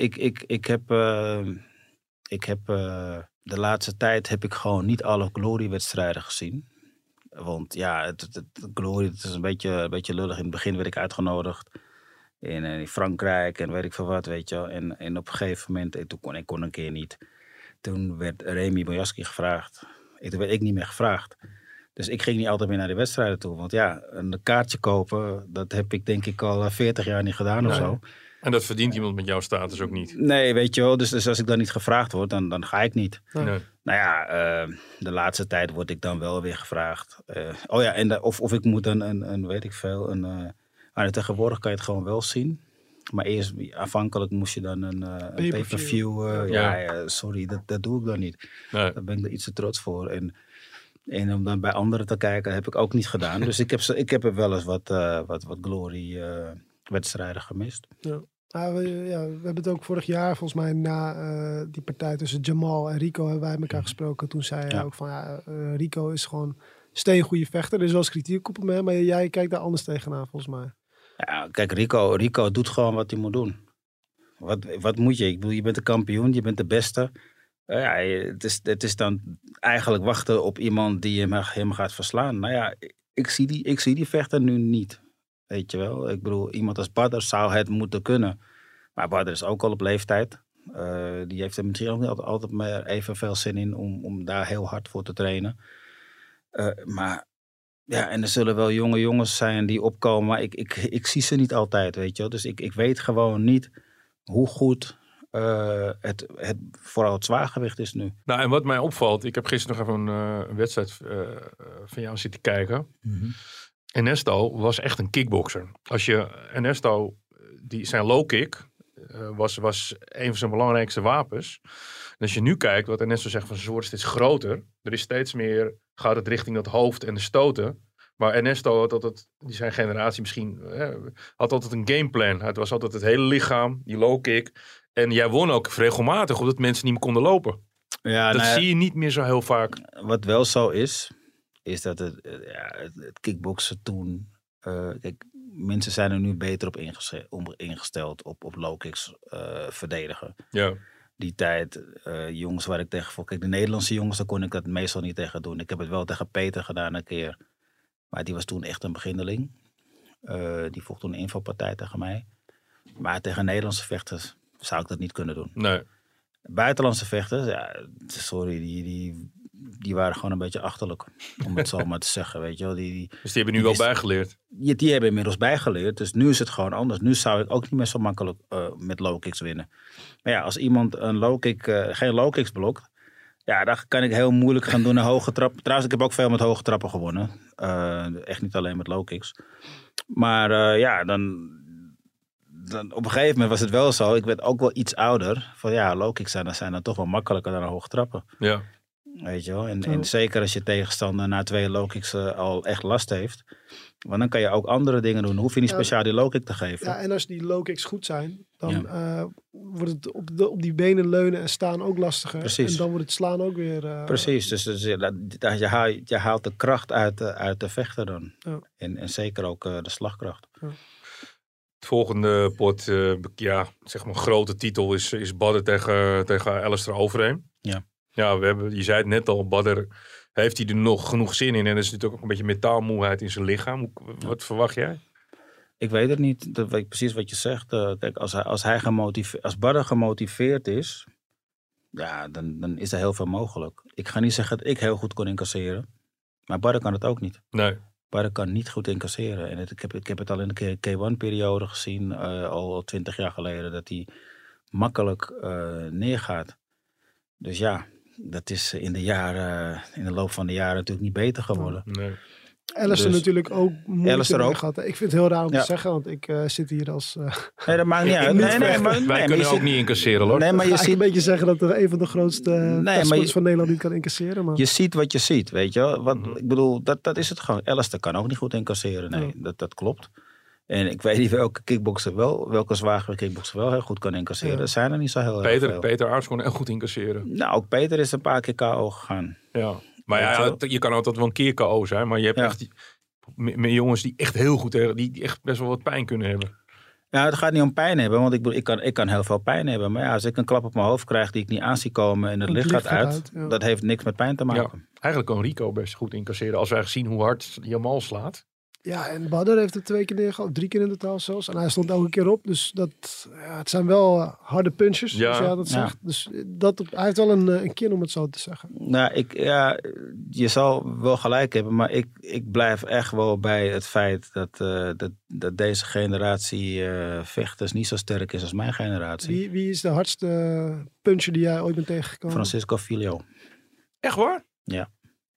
ik heb de laatste tijd heb ik gewoon niet alle glory-wedstrijden gezien. Want ja, het glory, het is een beetje lullig. In het begin werd ik uitgenodigd in Frankrijk en weet ik veel wat, weet je wel. En op een gegeven moment, ik kon een keer niet. Toen werd Remy Bojaski gevraagd. Toen werd ik niet meer gevraagd. Dus ik ging niet altijd meer naar de wedstrijden toe. Want ja, een kaartje kopen, dat heb ik denk ik al 40 jaar niet gedaan of zo. En dat verdient iemand met jouw status ook niet. Nee, weet je wel. Dus als ik dan niet gevraagd word, dan ga ik niet. Nee. Nou ja, de laatste tijd word ik dan wel weer gevraagd. Of ik moet weet ik veel. Maar tegenwoordig kan je het gewoon wel zien. Maar eerst, afhankelijk moest je dan een pay-per-view. Sorry, dat doe ik dan niet. Nee. Daar ben ik er iets te trots voor. En om dan bij anderen te kijken, heb ik ook niet gedaan. Dus ik heb er wel eens wat glory wedstrijden gemist. Ja. We hebben het ook vorig jaar, volgens mij, na die partij tussen Jamal en Rico, hebben wij elkaar gesproken. Toen zei hij ook van, Rico is gewoon steengoede vechter. Er is wel eens kritiek op hem, maar jij kijkt daar anders tegenaan, volgens mij. Ja, kijk, Rico doet gewoon wat hij moet doen. Wat moet je? Ik bedoel, je bent de kampioen, je bent de beste. Het is dan eigenlijk wachten op iemand die hem gaat verslaan. Nou ja, ik zie die vechter nu niet. Weet je wel? Ik bedoel, iemand als Badr zou het moeten kunnen. Maar Badr is ook al op leeftijd. Die heeft er misschien ook niet altijd meer evenveel zin in om daar heel hard voor te trainen. Maar ja, en er zullen wel jonge jongens zijn die opkomen. Maar ik zie ze niet altijd, weet je wel. Dus ik weet gewoon niet hoe goed vooral het zwaargewicht is nu. Nou, en wat mij opvalt, ik heb gisteren nog even een wedstrijd van jou zitten kijken. Mm-hmm. Ernesto was echt een kickbokser. Ernesto, zijn low kick was een van zijn belangrijkste wapens. En als je nu kijkt wat Ernesto zegt van zijn wordt steeds groter. Er is steeds meer, gaat het richting dat hoofd en de stoten. Maar Ernesto had altijd, die zijn generatie misschien, had altijd een gameplan. Het was altijd het hele lichaam, die low kick. En jij won ook regelmatig, omdat mensen niet meer konden lopen. Ja, dat zie je niet meer zo heel vaak. Wat wel zo is dat het kickboksen toen... kijk, mensen zijn er nu beter op ingesteld op low kicks verdedigen. Ja. Die tijd, jongens waar ik tegen vocht. Kijk, de Nederlandse jongens, daar kon ik dat meestal niet tegen doen. Ik heb het wel tegen Peter gedaan een keer. Maar die was toen echt een beginneling. Die vocht toen een invalpartij tegen mij. Maar tegen Nederlandse vechters zou ik dat niet kunnen doen. Nee. Buitenlandse vechters, sorry, die waren gewoon een beetje achterlijk. Om het zo maar te zeggen, weet je wel. Dus die hebben nu wel bijgeleerd? Die hebben inmiddels bijgeleerd. Dus nu is het gewoon anders. Nu zou ik ook niet meer zo makkelijk met low kicks winnen. Maar ja, als iemand een low kick, geen low kicks blokt. Ja, dan kan ik heel moeilijk gaan doen naar hoge trappen. Trouwens, ik heb ook veel met hoge trappen gewonnen. Echt niet alleen met low kicks. Maar dan op een gegeven moment was het wel zo. Ik werd ook wel iets ouder. Van ja, low kicks zijn dan toch wel makkelijker dan hoge trappen. Ja. Weet je wel? En zeker als je tegenstander na 2 low kicks al echt last heeft. Want dan kan je ook andere dingen doen. Dan hoef je niet speciaal die low kick te geven. Ja, en als die low kicks goed zijn, dan wordt het op die benen leunen en staan ook lastiger. Precies. En dan wordt het slaan ook weer... Precies, dus je haalt de kracht uit de vechter dan. Ja. En zeker ook de slagkracht. Ja. Het volgende pot, zeg maar grote titel is Badr tegen Alistair Overeem. Ja. Ja, je zei het net al, Badr, heeft hij er nog genoeg zin in? En er is natuurlijk ook een beetje metaalmoeheid in zijn lichaam. Wat verwacht jij? Ik weet het niet. Dat weet ik precies wat je zegt. Kijk, als Badr gemotiveerd is, ja, dan is er heel veel mogelijk. Ik ga niet zeggen dat ik heel goed kon incasseren. Maar Badr kan het ook niet. Nee. Badr kan niet goed incasseren. En ik heb het al in de K1-periode gezien, al 20 jaar geleden, dat hij makkelijk neergaat. Dus ja, dat is in de loop van de jaren natuurlijk niet beter geworden. Nee. Alistair natuurlijk ook moeite ook. gehad. Ik vind het heel raar om te zeggen, want ik zit hier als... Nee, dat maakt niet uit. Wij kunnen ook niet incasseren, hoor. Nee, maar je ziet een beetje zeggen dat er een van de grootste topsporters van Nederland niet kan incasseren. Maar... Je ziet wat je ziet, weet je wel. Ik bedoel, dat is het gewoon. Alistair kan ook niet goed incasseren. Nee, dat klopt. En ik weet niet welke zwaargewicht kickbokser wel heel goed kan incasseren. Er zijn er niet zo heel erg veel. Peter Aarts kon heel goed incasseren. Nou, ook Peter is een paar keer KO gegaan. Ja. Maar je kan altijd wel een keer KO zijn. Maar je hebt echt met jongens die echt heel goed hebben. Die echt best wel wat pijn kunnen hebben. Ja, het gaat niet om pijn hebben. Want ik kan heel veel pijn hebben. Maar ja, als ik een klap op mijn hoofd krijg die ik niet aan zie komen. En het licht gaat uit. Dat heeft niks met pijn te maken. Ja, eigenlijk kan Rico best goed incasseren. Als wij zien hoe hard Jamal slaat. Ja, en Badr heeft het 2 keer neergehaald, 3 keer in totaal zelfs. En hij stond elke keer op. Dus het zijn wel harde punches, zoals jij dat zegt. Dus hij heeft wel een kin, om het zo te zeggen. Nou, je zal wel gelijk hebben, maar ik blijf echt wel bij het feit dat deze generatie vechters niet zo sterk is als mijn generatie. Wie is de hardste puncher die jij ooit bent tegengekomen? Francisco Filho. Echt waar? Ja.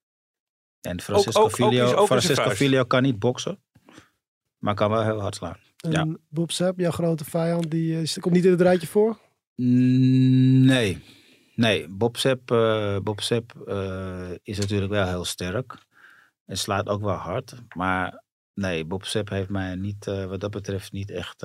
En Francisco Filho kan niet boksen, maar kan wel heel hard slaan. En Bob Sapp, jouw grote vijand, die komt niet in het rijtje voor? Nee. Bob Sapp is natuurlijk wel heel sterk. En slaat ook wel hard. Maar nee, Bob Sapp heeft mij niet, wat dat betreft niet echt...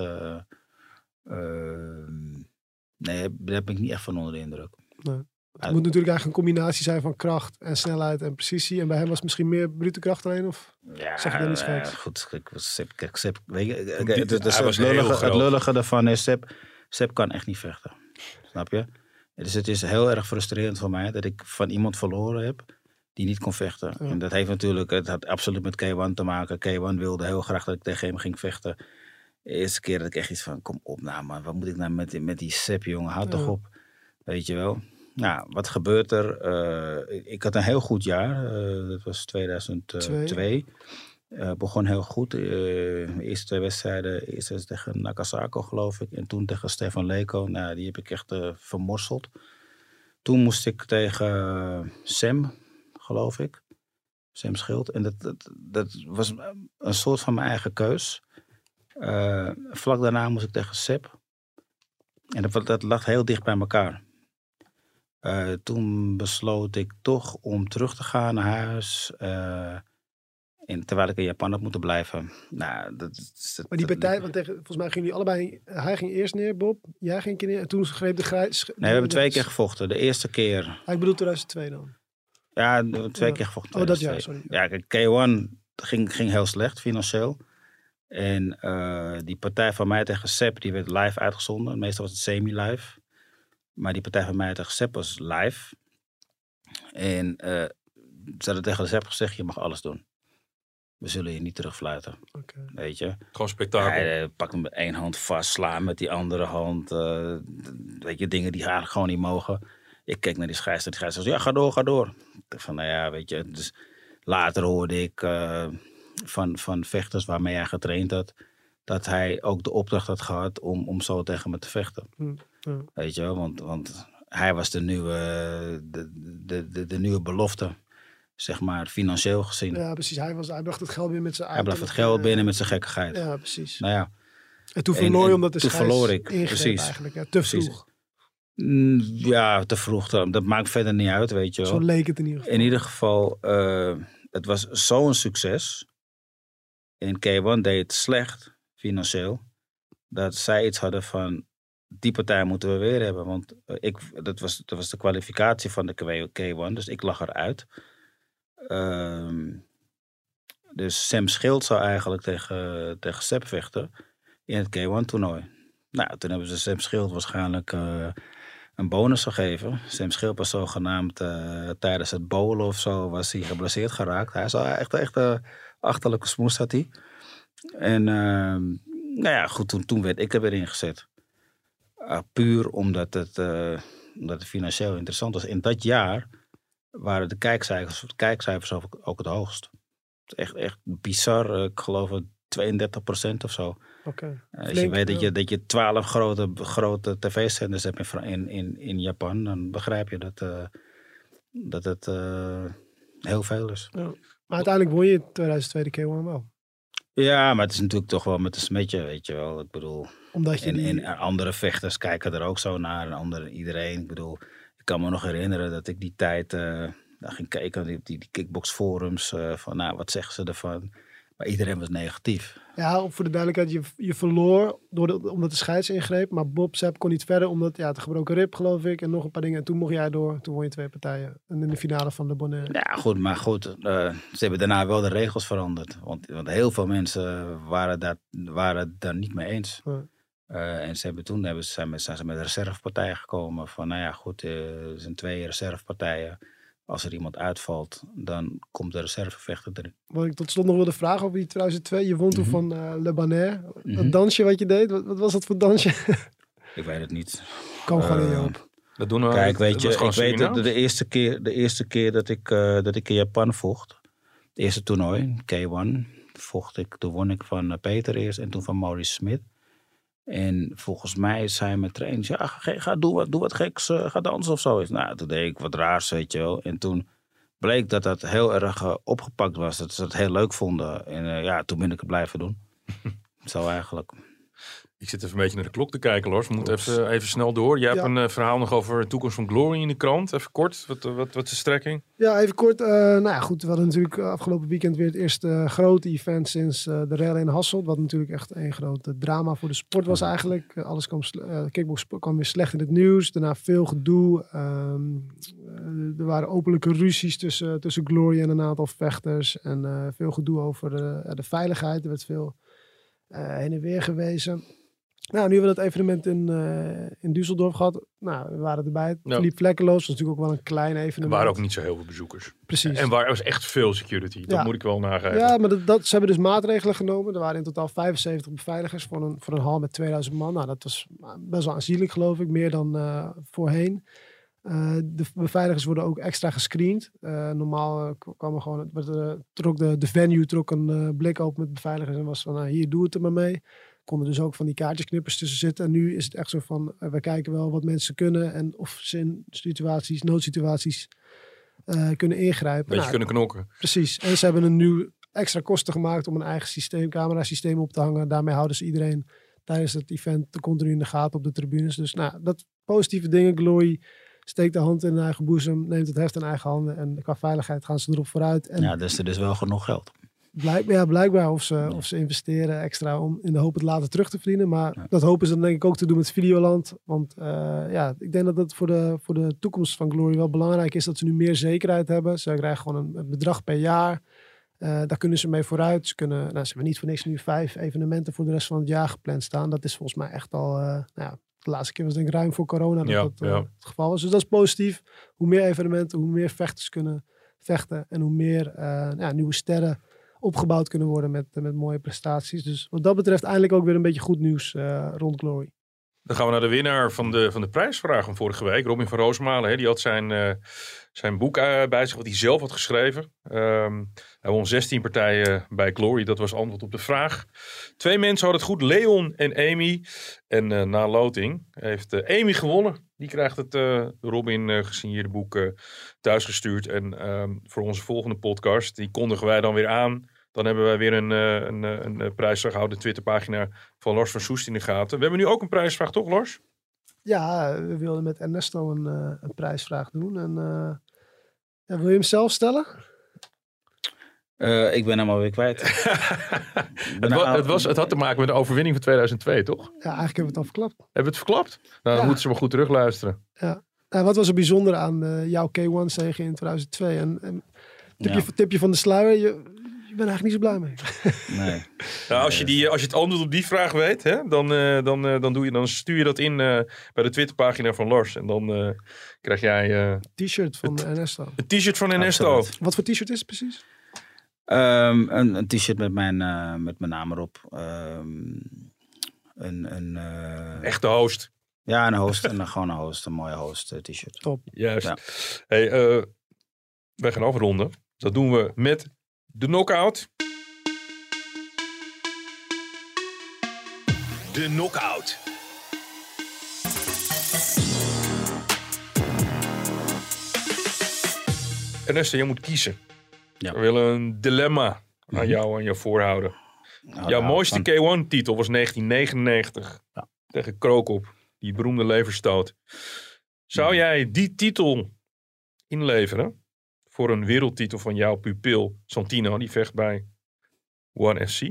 nee, daar ben ik niet echt van onder de indruk. Nee. Het moet natuurlijk eigenlijk een combinatie zijn van kracht en snelheid en precisie. En bij hem was het misschien meer brute kracht alleen, of zeg je dat niet geks? Goed, Sepp, weet je, het lullige daarvan is, Sepp kan echt niet vechten. Snap je? Dus het is heel erg frustrerend voor mij dat ik van iemand verloren heb die niet kon vechten. Ja. En dat heeft natuurlijk, het had absoluut met K1 te maken. K1 wilde heel graag dat ik tegen hem ging vechten. De eerste keer dat ik echt iets van, kom op nou man, wat moet ik nou met die Sepp, jongen, houd toch op. Weet je wel. Nou, wat gebeurt er? Ik had een heel goed jaar. Dat was 2002. Begon heel goed. De eerste 2 wedstrijden. Eerst was tegen Nakasako, geloof ik. En toen tegen Stefan Leko. Nou, die heb ik echt vermorseld. Toen moest ik tegen Sam, geloof ik. Sam Schild. En dat was een soort van mijn eigen keus. Vlak daarna moest ik tegen Sepp. En dat lag heel dicht bij elkaar. Toen besloot ik toch om terug te gaan naar huis. Terwijl ik in Japan had moeten blijven. Nou, maar die partij, want volgens mij gingen jullie allebei... Hij ging eerst neer, Bob. Jij ging een keer neer. En toen greep de grijs... Nee, we hebben 2 keer gevochten. De eerste keer... Ik bedoel 2002 dan? Ja, 2 keer gevochten. Oh, dat jaar, sorry. Ja, K1 ging heel slecht financieel. En die partij van mij tegen Sepp, die werd live uitgezonden. Meestal was het semi-live. Maar die partij van mij tegen Sepp was live. En ze hadden tegen Sepp gezegd, je mag alles doen. We zullen je niet terugfluiten. Okay. Weet je? Gewoon spektakel. Hij pakt hem met 1 hand vast, slaan met die andere hand. Weet je, dingen die eigenlijk gewoon niet mogen. Ik keek naar die scheidsrechter. Die scheidsrechter zei, ja, ga door. Ik dacht van, nou ja, weet je. Dus later hoorde ik van vechters waarmee hij getraind had, dat hij ook de opdracht had gehad om zo tegen me te vechten. Weet je wel, want hij was de nieuwe belofte, zeg maar, financieel gezien. Ja, precies. Hij bracht het geld weer met zijn Hij bracht het geld binnen met zijn gekkigheid. Ja, precies. Nou ja. En toen verloor je omdat de toen verloor ik, precies. Eigenlijk. Ja, te vroeg. Ja, te vroeg. Dat maakt verder niet uit, weet je wel. Zo leek het in ieder geval. In ieder geval, het was zo'n succes. In K1 deed het slecht, financieel. Dat zij iets hadden van, die partij moeten we weer hebben. Want dat was de kwalificatie van de K1, dus ik lag eruit. Dus Sam Schild zou eigenlijk tegen Sepp vechten in het K1-toernooi. Nou, toen hebben ze Sam Schild waarschijnlijk een bonus gegeven. Sam Schild was zogenaamd tijdens het bowlen of zo was hij geblesseerd geraakt. Hij zou echt achterlijke smoes had hij. En nou ja, goed, toen werd ik er weer ingezet. Puur omdat het financieel interessant was. In dat jaar waren de kijkcijfers ook het hoogst. Echt bizar. Ik geloof 32% of zo. Okay. Als je weet dat je 12 grote tv-zenders hebt in Japan, dan begrijp je dat het heel veel is. Ja. Maar uiteindelijk won je in 2002 de K1 wel. Ja, maar het is natuurlijk toch wel met een smetje, weet je wel. Ik bedoel, omdat je en andere vechters kijken er ook zo naar. En iedereen. Ik bedoel, ik kan me nog herinneren dat ik die tijd ging kijken naar die kickboxforums. Van nou, wat zeggen ze ervan? Maar iedereen was negatief. Ja, voor de duidelijkheid, je verloor omdat de scheids ingreep. Maar Bob Sepp kon niet verder omdat het gebroken rib, geloof ik. En nog een paar dingen. En toen mocht jij door. Toen won je 2 partijen. En in de finale van de Bonaire. Ja, goed. Maar goed, ze hebben daarna wel de regels veranderd. Want heel veel mensen waren daar niet mee eens. Ja. En zijn ze met reservepartijen gekomen. Van nou ja, goed, er zijn 2 reservepartijen. Als er iemand uitvalt, dan komt de reservevechter erin. Wat ik tot slot nog wilde vragen over die 2002. Je won toen van Le Bonaire. Dat dansje wat je deed, wat was dat voor dansje? Ik weet het niet. Kom gewoon in je op. Dat doen we. Kijk, weet je, ik weet dat de eerste keer dat ik in Japan vocht. Het eerste toernooi, K1, vocht ik. Toen won ik van Peter eerst en toen van Maurice Smit. En volgens mij zei mijn trainer, ja, ga doe wat geks, ga dansen of zo. Nou, toen deed ik wat raars, weet je wel. En toen bleek dat heel erg opgepakt was. Dat ze het heel leuk vonden. En toen ben ik het blijven doen. Zo eigenlijk. Ik zit even een beetje naar de klok te kijken, Lars. We moeten even snel door. Jij hebt een verhaal nog over de toekomst van Glory in de krant. Even kort, wat is de strekking? Ja, even kort. Nou ja, goed. We hadden natuurlijk afgelopen weekend weer het eerste grote event sinds de Rally in Hasselt. Wat natuurlijk echt een groot drama voor de sport was eigenlijk. Alles kickbox kwam weer slecht in het nieuws. Daarna veel gedoe. Er waren openlijke ruzies tussen Glory en een aantal vechters. En veel gedoe over de veiligheid. Er werd veel heen en weer gewezen. Nou, nu hebben we dat evenement in Düsseldorf gehad. Nou, we waren erbij. Het liep vlekkeloos. Dat was natuurlijk ook wel een klein evenement. Er waren ook niet zo heel veel bezoekers. Precies. En er was echt veel security. Dat moet ik wel nageven. Ja, maar ze hebben dus maatregelen genomen. Er waren in totaal 75 beveiligers voor een hal met 2000 man. Nou, dat was best wel aanzienlijk, geloof ik. Meer dan voorheen. De beveiligers worden ook extra gescreend. Normaal kwam er gewoon... de venue trok een blik open met beveiligers. En was van, hier, doe het er maar mee. Konden dus ook van die kaartjesknippers tussen zitten. En nu is het echt zo van, we kijken wel wat mensen kunnen. En of ze in noodsituaties kunnen ingrijpen. Beetje kunnen knokken. Precies. En ze hebben een nieuw extra kosten gemaakt om een eigen camerasysteem op te hangen. Daarmee houden ze iedereen tijdens het event continu in de gaten op de tribunes. Dus nou, dat positieve dingen. Glory steekt de hand in hun eigen boezem, neemt het heft in eigen handen. En qua veiligheid gaan ze erop vooruit. En ja, dus er is wel genoeg geld. Blijkbaar of ze investeren extra om in de hoop het later terug te verdienen. Maar dat hopen ze dan denk ik ook te doen met Videoland. Want ik denk dat het voor de toekomst van Glory wel belangrijk is dat ze nu meer zekerheid hebben. Ze krijgen gewoon een bedrag per jaar. Daar kunnen ze mee vooruit. Ze hebben niet voor niks nu 5 evenementen voor de rest van het jaar gepland staan. Dat is volgens mij echt al... de laatste keer was denk ik ruim voor corona dat het geval was. Dus dat is positief. Hoe meer evenementen, hoe meer vechters kunnen vechten. En hoe meer nieuwe sterren opgebouwd kunnen worden met mooie prestaties. Dus wat dat betreft eindelijk ook weer een beetje goed nieuws rond Glory. Dan gaan we naar de winnaar van de prijsvraag van vorige week. Robin van Roosmalen. Die had zijn boek bij zich wat hij zelf had geschreven. Hij won 16 partijen bij Glory. Dat was antwoord op de vraag. 2 mensen hadden het goed. Leon en Amy. En na loting heeft Amy gewonnen. Die krijgt het Robin gesigneerde boek thuisgestuurd. En voor onze volgende podcast, die kondigen wij dan weer aan. Dan hebben wij weer een prijsvraag. Houd de Twitterpagina van Lars van Soest in de gaten. We hebben nu ook een prijsvraag, toch Lars? Ja, we wilden met Ernesto een prijsvraag doen. En wil je hem zelf stellen? Ik ben hem alweer kwijt. Het had te maken met de overwinning van 2002, toch? Ja, eigenlijk hebben we het al verklapt. Hebben we het verklapt? Nou, dan moeten ze maar goed terugluisteren. Ja. Wat was er bijzonder aan jouw K1-zege in 2002? En tipje van de sluier, je bent eigenlijk niet zo blij mee. Nee. Nou, als je het antwoord op die vraag weet, hè, dan stuur je dat in bij de Twitterpagina van Lars. En dan krijg jij... T-shirt van Ernesto. Een t-shirt van Ernesto. Absoluut. Wat voor t-shirt is het precies? Een t-shirt met mijn naam erop. Echte host. Ja, een host. Gewoon een host. Een mooie host t-shirt. Top. Juist. Ja. Hey, wij gaan afronden. Dat doen we met de knockout. De knockout. Ernesto, je moet kiezen. Ja. We willen een dilemma aan jou voorhouden. Nou, Jouw mooiste K1-titel was 1999 tegen Krokop. Die beroemde leverstoot. Zou jij die titel inleveren voor een wereldtitel van jouw pupil Santino? Die vecht bij One SC.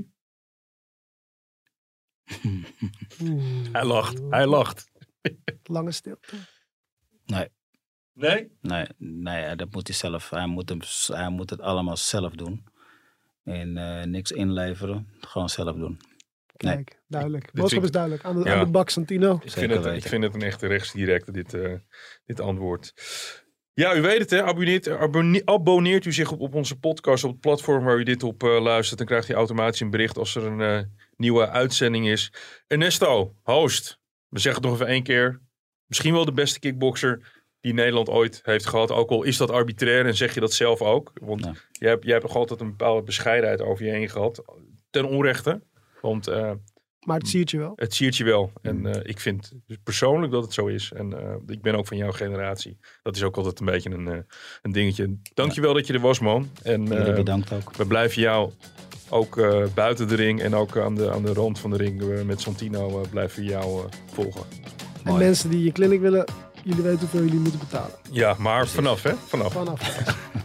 Hij lacht. Lange stilte. Nee. Nee? Nee, dat moet hij zelf. Hij moet het allemaal zelf doen. En niks inleveren. Gewoon zelf doen. Kijk, duidelijk. Dit Boodschap vind is duidelijk. Aan de bak, Santino. Ik vind het een echte rechtsdirecte, dit antwoord. Ja, u weet het, hè? Abonneert u zich op onze podcast op het platform waar u dit op luistert. Dan krijgt u automatisch een bericht als er een nieuwe uitzending is. Ernesto, host. We zeggen het nog even 1 keer. Misschien wel de beste kickboxer die Nederland ooit heeft gehad. Ook al is dat arbitrair en zeg je dat zelf ook. Want jij hebt nog altijd een bepaalde bescheidenheid over je heen gehad. Ten onrechte. Want, maar het siert je wel. Het siert je wel. En ik vind persoonlijk dat het zo is. En ik ben ook van jouw generatie. Dat is ook altijd een beetje een dingetje. Dankjewel dat je er was, man. En bedankt ook. We blijven jou ook buiten de ring en ook aan de rand van de ring met Santino blijven we jou volgen. En mensen die je clinic willen, jullie weten hoeveel jullie moeten betalen. Ja, maar vanaf, hè? Vanaf.